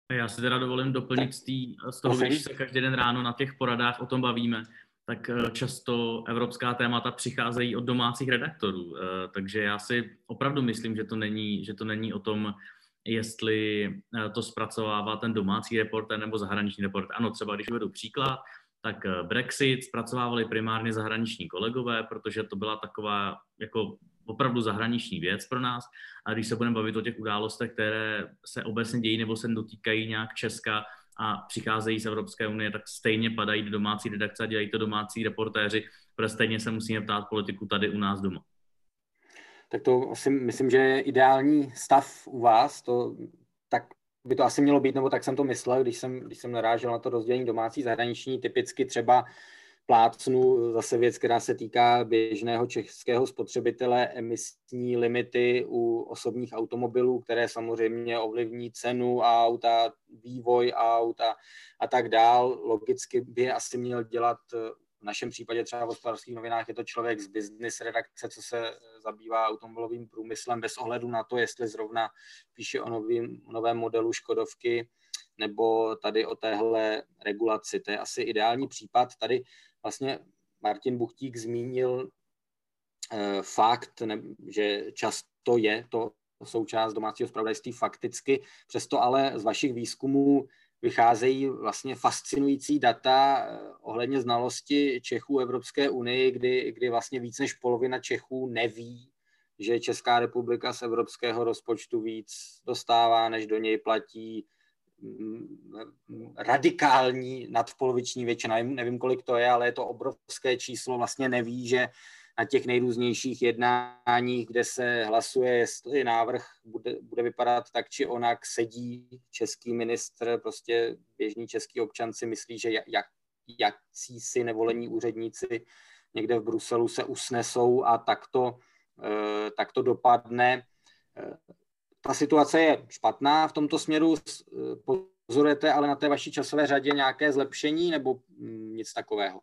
Speaker 4: Já si teda dovolím doplnit z, tý, z toho, když se každý den ráno na těch poradách o tom bavíme, tak často evropská témata přicházejí od domácích redaktorů. Takže já si opravdu myslím, že to není, že to není o tom, jestli to zpracovává ten domácí reportér nebo zahraniční reportér. Ano, třeba když uvedu příklad, tak Brexit zpracovávali primárně zahraniční kolegové, protože to byla taková jako opravdu zahraniční věc pro nás. A když se budeme bavit o těch událostech, které se obecně dějí nebo se dotýkají nějak Česka a přicházejí z Evropské unie, tak stejně padají do domácí redakce a dělají to domácí reportéři, protože stejně se musíme ptát politiku tady u nás doma.
Speaker 1: Tak to asi myslím, že je ideální stav u vás, to, tak by to asi mělo být, nebo tak jsem to myslel, když jsem, když jsem narážel na to rozdělení domácí zahraniční, typicky třeba plácnu zase věc, která se týká běžného českého spotřebitele, emisní limity u osobních automobilů, které samozřejmě ovlivní cenu auta, vývoj aut a, a tak dál. Logicky by asi měl dělat, v našem případě třeba v Hospodářských novinách je to člověk z business redakce, co se zabývá automobilovým průmyslem, bez ohledu na to, jestli zrovna píše o novým, novém modelu Škodovky nebo tady o téhle regulaci. To je asi ideální případ. Tady vlastně Martin Buchtík zmínil eh, fakt, ne, že často je to součást domácího zpravodajství fakticky, přesto ale z vašich výzkumů vycházejí vlastně fascinující data eh, ohledně znalosti Čechů Evropské unii, kdy, kdy vlastně víc než polovina Čechů neví, že Česká republika z evropského rozpočtu víc dostává, než do něj platí. Radikální nadpoloviční většina, nevím, nevím, kolik to je, ale je to obrovské číslo, vlastně neví, že na těch nejrůznějších jednáních, kde se hlasuje, jestli návrh bude, bude vypadat tak či onak, sedí český ministr, prostě běžný český občan si myslí, že jak, jakcí si nevolení úředníci někde v Bruselu se usnesou a tak to, tak to dopadne. Ta situace je špatná v tomto směru. Pozorujete ale na té vaší časové řadě nějaké zlepšení nebo nic takového?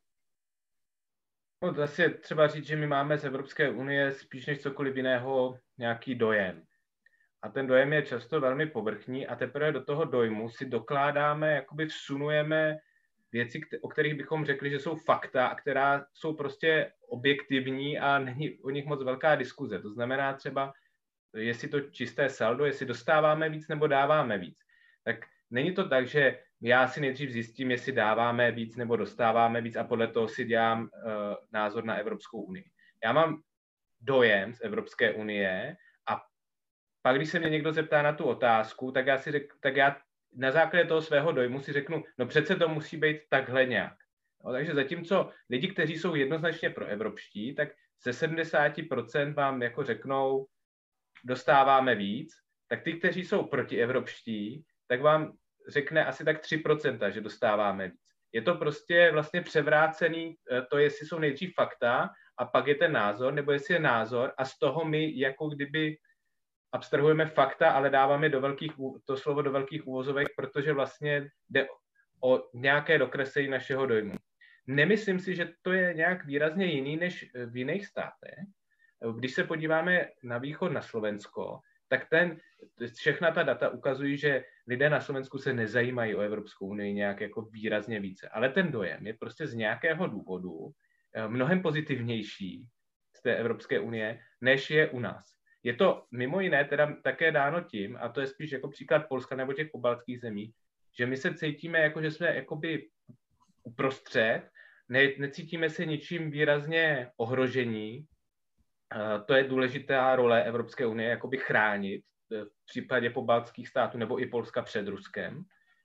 Speaker 3: No, zase je třeba říct, že my máme z Evropské unie spíš než cokoliv jiného nějaký dojem. A ten dojem je často velmi povrchní a teprve do toho dojmu si dokládáme, jakoby vsunujeme věci, o kterých bychom řekli, že jsou fakta a která jsou prostě objektivní a není o nich moc velká diskuze. To znamená třeba, jestli to čisté saldo, jestli dostáváme víc nebo dáváme víc. Tak není to tak, že já si nejdřív zjistím, jestli dáváme víc nebo dostáváme víc a podle toho si dělám uh, názor na Evropskou unii. Já mám dojem z Evropské unie a pak, když se mě někdo zeptá na tu otázku, tak já, si řek, tak já na základě toho svého dojmu si řeknu, no přece to musí být takhle nějak. No, takže zatímco lidi, kteří jsou jednoznačně proevropští, tak ze sedmdesát procent vám jako řeknou, dostáváme víc, tak ty, kteří jsou protievropští, tak vám řekne asi tak tři procenta, že dostáváme víc. Je to prostě vlastně převrácený, to jestli jsou nejdřív fakta a pak je ten názor, nebo jestli je názor a z toho my jako kdyby abstrahujeme fakta, ale dáváme do velkých, to slovo do velkých uvozovek, protože vlastně jde o nějaké dokreslení našeho dojmu. Nemyslím si, že to je nějak výrazně jiný než v jiných státech. Když se podíváme na východ, na Slovensko, tak ten, všechna ta data ukazují, že lidé na Slovensku se nezajímají o Evropskou unii nějak jako výrazně více. Ale ten dojem je prostě z nějakého důvodu mnohem pozitivnější z té Evropské unie, než je u nás. Je to mimo jiné teda také dáno tím, a to je spíš jako příklad Polska nebo těch pobaltských zemí, že my se cítíme jako, že jsme jakoby uprostřed, ne, necítíme se ničím výrazně ohrožení. Uh, to je důležitá role Evropské unie, jakoby chránit v případě pobaltských států nebo i Polska před Ruskem.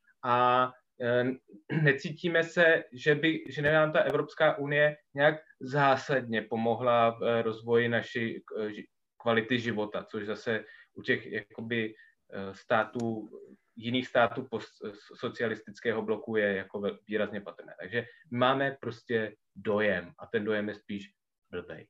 Speaker 3: A uh, necítíme se, že by že nám ta Evropská unie nějak zásadně pomohla v uh, rozvoji naší uh, kvality života, což zase u těch jakoby uh, států, jiných států socialistického bloku je jako výrazně patrné. Takže máme prostě dojem a ten dojem je spíš blbej.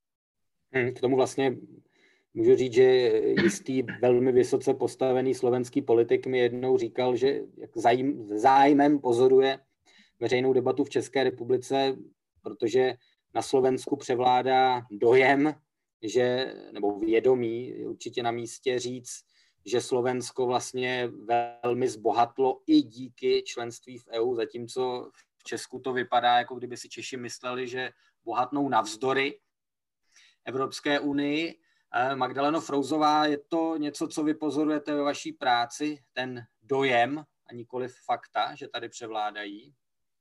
Speaker 1: K tomu vlastně můžu říct, že jistý velmi vysoce postavený slovenský politik mi jednou říkal, že zájem, zájmem pozoruje veřejnou debatu v České republice, protože na Slovensku převládá dojem, že, nebo vědomí, určitě na místě říct, že Slovensko vlastně velmi zbohatlo i díky členství v E U, zatímco v Česku to vypadá, jako kdyby si Češi mysleli, že bohatnou navzdory Evropské unii. Magdaleno Frouzová, je to něco, co vy pozorujete ve vaší práci, ten dojem a nikoliv fakta, že tady převládají?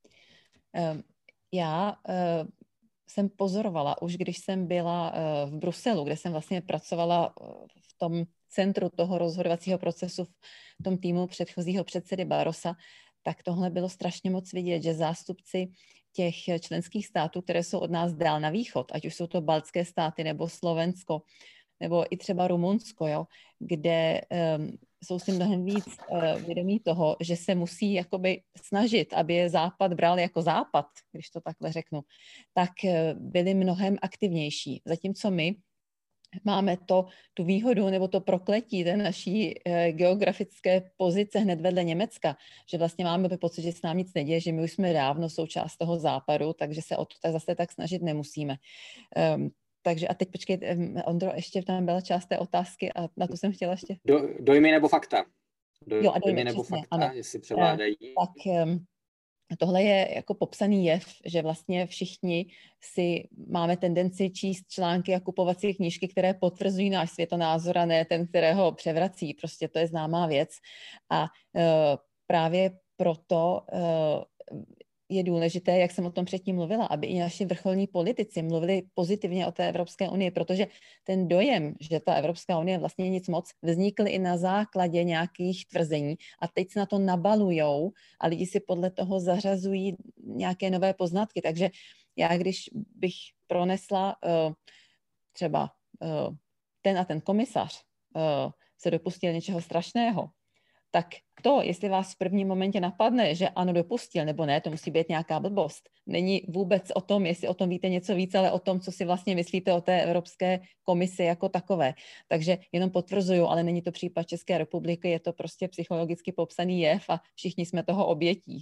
Speaker 2: Já jsem pozorovala, už když jsem byla v Bruselu, kde jsem vlastně pracovala v tom centru toho rozhodovacího procesu, v tom týmu předchozího předsedy Barrosa, tak tohle bylo strašně moc vidět, že zástupci těch členských států, které jsou od nás dál na východ, ať už jsou to baltské státy nebo Slovensko, nebo i třeba Rumunsko, jo, kde um, jsou si mnohem víc uh, vědomí toho, že se musí jakoby snažit, aby je Západ bral jako Západ, když to takhle řeknu, tak uh, byli mnohem aktivnější. Zatímco my máme to, tu výhodu nebo to prokletí té naší uh, geografické pozice hned vedle Německa, že vlastně máme pocit, že s námi nic neděje, že my už jsme dávno součást toho Západu, takže se o to tak zase tak snažit nemusíme. Um, Takže a teď počkej, Ondro, ještě tam byla část té otázky a na to jsem chtěla ještě...
Speaker 1: Do, dojmy nebo fakta? Doj,
Speaker 2: jo, a dojmy,
Speaker 1: dojmy nebo
Speaker 2: přesně,
Speaker 1: fakta,
Speaker 2: ano.
Speaker 1: jestli převládají.
Speaker 2: Tak tohle je jako popsaný jev, že vlastně všichni si máme tendenci číst články a kupovat si knížky, které potvrzují náš světonázor a ne ten, kterého převrací. Prostě to je známá věc. A uh, právě proto uh, je důležité, jak jsem o tom předtím mluvila, aby i naši vrcholní politici mluvili pozitivně o té Evropské unii, protože ten dojem, že ta Evropská unie vlastně nic moc, vznikl i na základě nějakých tvrzení a teď se na to nabalujou a lidi si podle toho zařazují nějaké nové poznatky. Takže já, když bych pronesla uh, třeba uh, ten a ten komisař uh, se dopustil něčeho strašného, tak to, jestli vás v prvním momentě napadne, že ano, dopustil, nebo ne, to musí být nějaká blbost. Není vůbec o tom, jestli o tom víte něco víc, ale o tom, co si vlastně myslíte o té Evropské komisi jako takové. Takže jenom potvrzuju, ale není to případ České republiky, je to prostě psychologicky popsaný jev a všichni jsme toho obětí.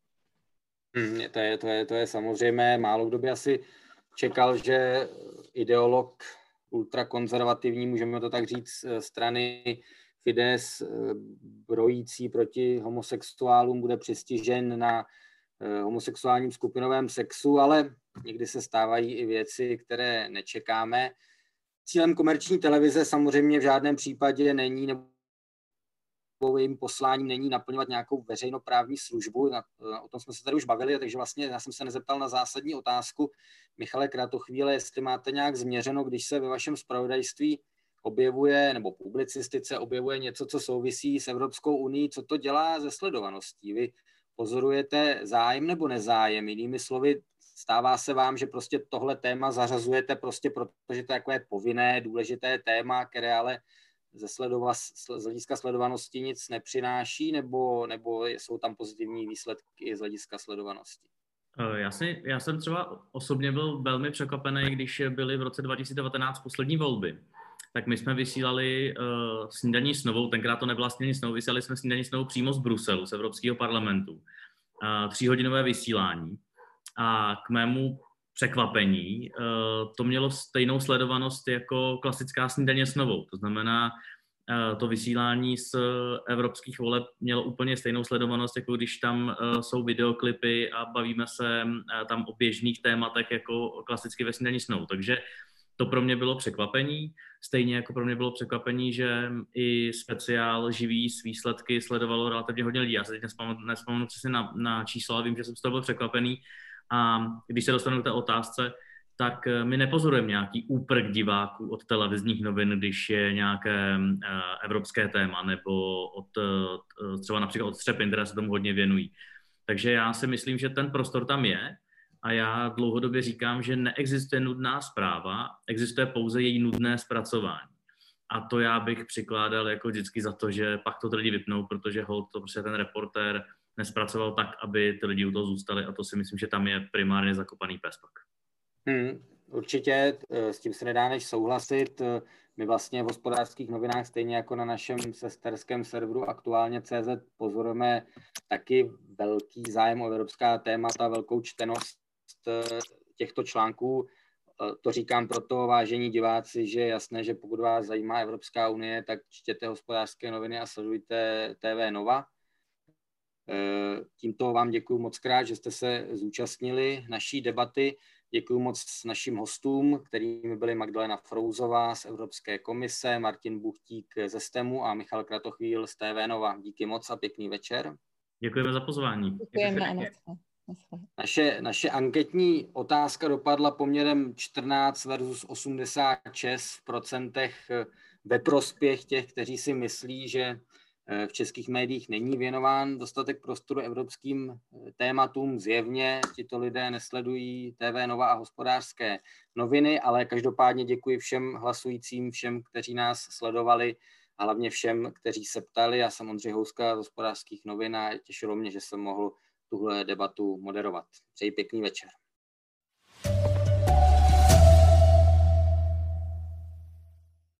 Speaker 1: Hmm, to, je, to, je, to je samozřejmé. Málo kdo by asi čekal, že ideolog ultrakonzervativní, můžeme to tak říct, strany Fides brojící proti homosexuálům bude přistižen na homosexuálním skupinovém sexu, ale někdy se stávají i věci, které nečekáme. Cílem komerční televize samozřejmě v žádném případě není, nebo jejím posláním není naplňovat nějakou veřejnoprávní službu. O tom jsme se tady už bavili, takže vlastně já jsem se nezeptal na zásadní otázku. Michale Kratochvíle, jestli máte nějak změřeno, když se ve vašem zpravodajství objevuje, nebo publicistice objevuje něco, co souvisí s Evropskou unií, co to dělá ze sledovaností. Vy pozorujete zájem nebo nezájem? Jinými slovy, stává se vám, že prostě tohle téma zařazujete prostě protože to je takové povinné, důležité téma, které ale ze, sledova, z hlediska sledovanosti nic nepřináší, nebo, nebo jsou tam pozitivní výsledky z hlediska sledovanosti?
Speaker 4: Já, si, já jsem třeba osobně byl velmi překvapený, když byly v roce dva tisíce devatenáct poslední volby. Tak my jsme vysílali uh, snídaní s Novou, tenkrát to nebyla snídaní s Novou, vysílali jsme snídaní s Novou přímo z Bruselu, z Evropského parlamentu. Uh, tříhodinové vysílání. A k mému překvapení uh, to mělo stejnou sledovanost jako klasická snídaně s Novou. To znamená, uh, to vysílání z evropských voleb mělo úplně stejnou sledovanost, jako když tam uh, jsou videoklipy a bavíme se uh, tam o běžných tématech jako klasicky ve snídaní s Novou. Takže to pro mě bylo překvapení, stejně jako pro mě bylo překvapení, že i speciál živý s výsledky sledovalo relativně hodně lidí. Já se teď nespomenu přesně na, na číslo, ale vím, že jsem z toho byl překvapený. A když se dostanu k té otázce, tak my nepozorujeme nějaký úprk diváků od televizních novin, když je nějaké uh, evropské téma, nebo od, uh, třeba například od Střepin, které se tomu hodně věnují. Takže já si myslím, že ten prostor tam je. A já dlouhodobě říkám, že neexistuje nudná zpráva, existuje pouze její nudné zpracování. A to já bych přikládal jako vždycky za to, že pak to ty lidi vypnou, protože holt to prostě ten reportér nespracoval tak, aby ty lidi u toho zůstali. A to si myslím, že tam je primárně zakopaný pes pak.
Speaker 1: Hmm, určitě s tím se nedá než souhlasit. My vlastně v Hospodářských novinách, stejně jako na našem sesterském serveru aktuálně tečka cé zet, pozorujeme taky velký zájem o evropská témata, velkou čtenost těchto článků. to říkám proto, vážení diváci, že je jasné, že pokud vás zajímá Evropská unie, tak čtěte Hospodářské noviny a sledujte T V Nova. Tímto vám děkuji moc krát, že jste se zúčastnili naší debaty. Děkuji moc našim hostům, kterými byly Magdalena Frouzová z Evropské komise, Martin Buchtík ze STEMu a Michal Kratochvíl z T V Nova. Díky moc a pěkný večer.
Speaker 4: Děkujeme za pozvání.
Speaker 2: Děkujeme a
Speaker 1: naše, naše anketní otázka dopadla poměrem čtrnáct versus osmdesát šest v procentech ve prospěch těch, kteří si myslí, že v českých médiích není věnován dostatek prostoru evropským tématům. Zjevně tito lidé nesledují T V Nova a Hospodářské noviny, ale každopádně děkuji všem hlasujícím, všem, kteří nás sledovali a hlavně všem, kteří se ptali. Já jsem Ondřej Houska z Hospodářských novin a těšilo mě, že jsem mohl tuhle debatu moderovat. Přeji pěkný večer.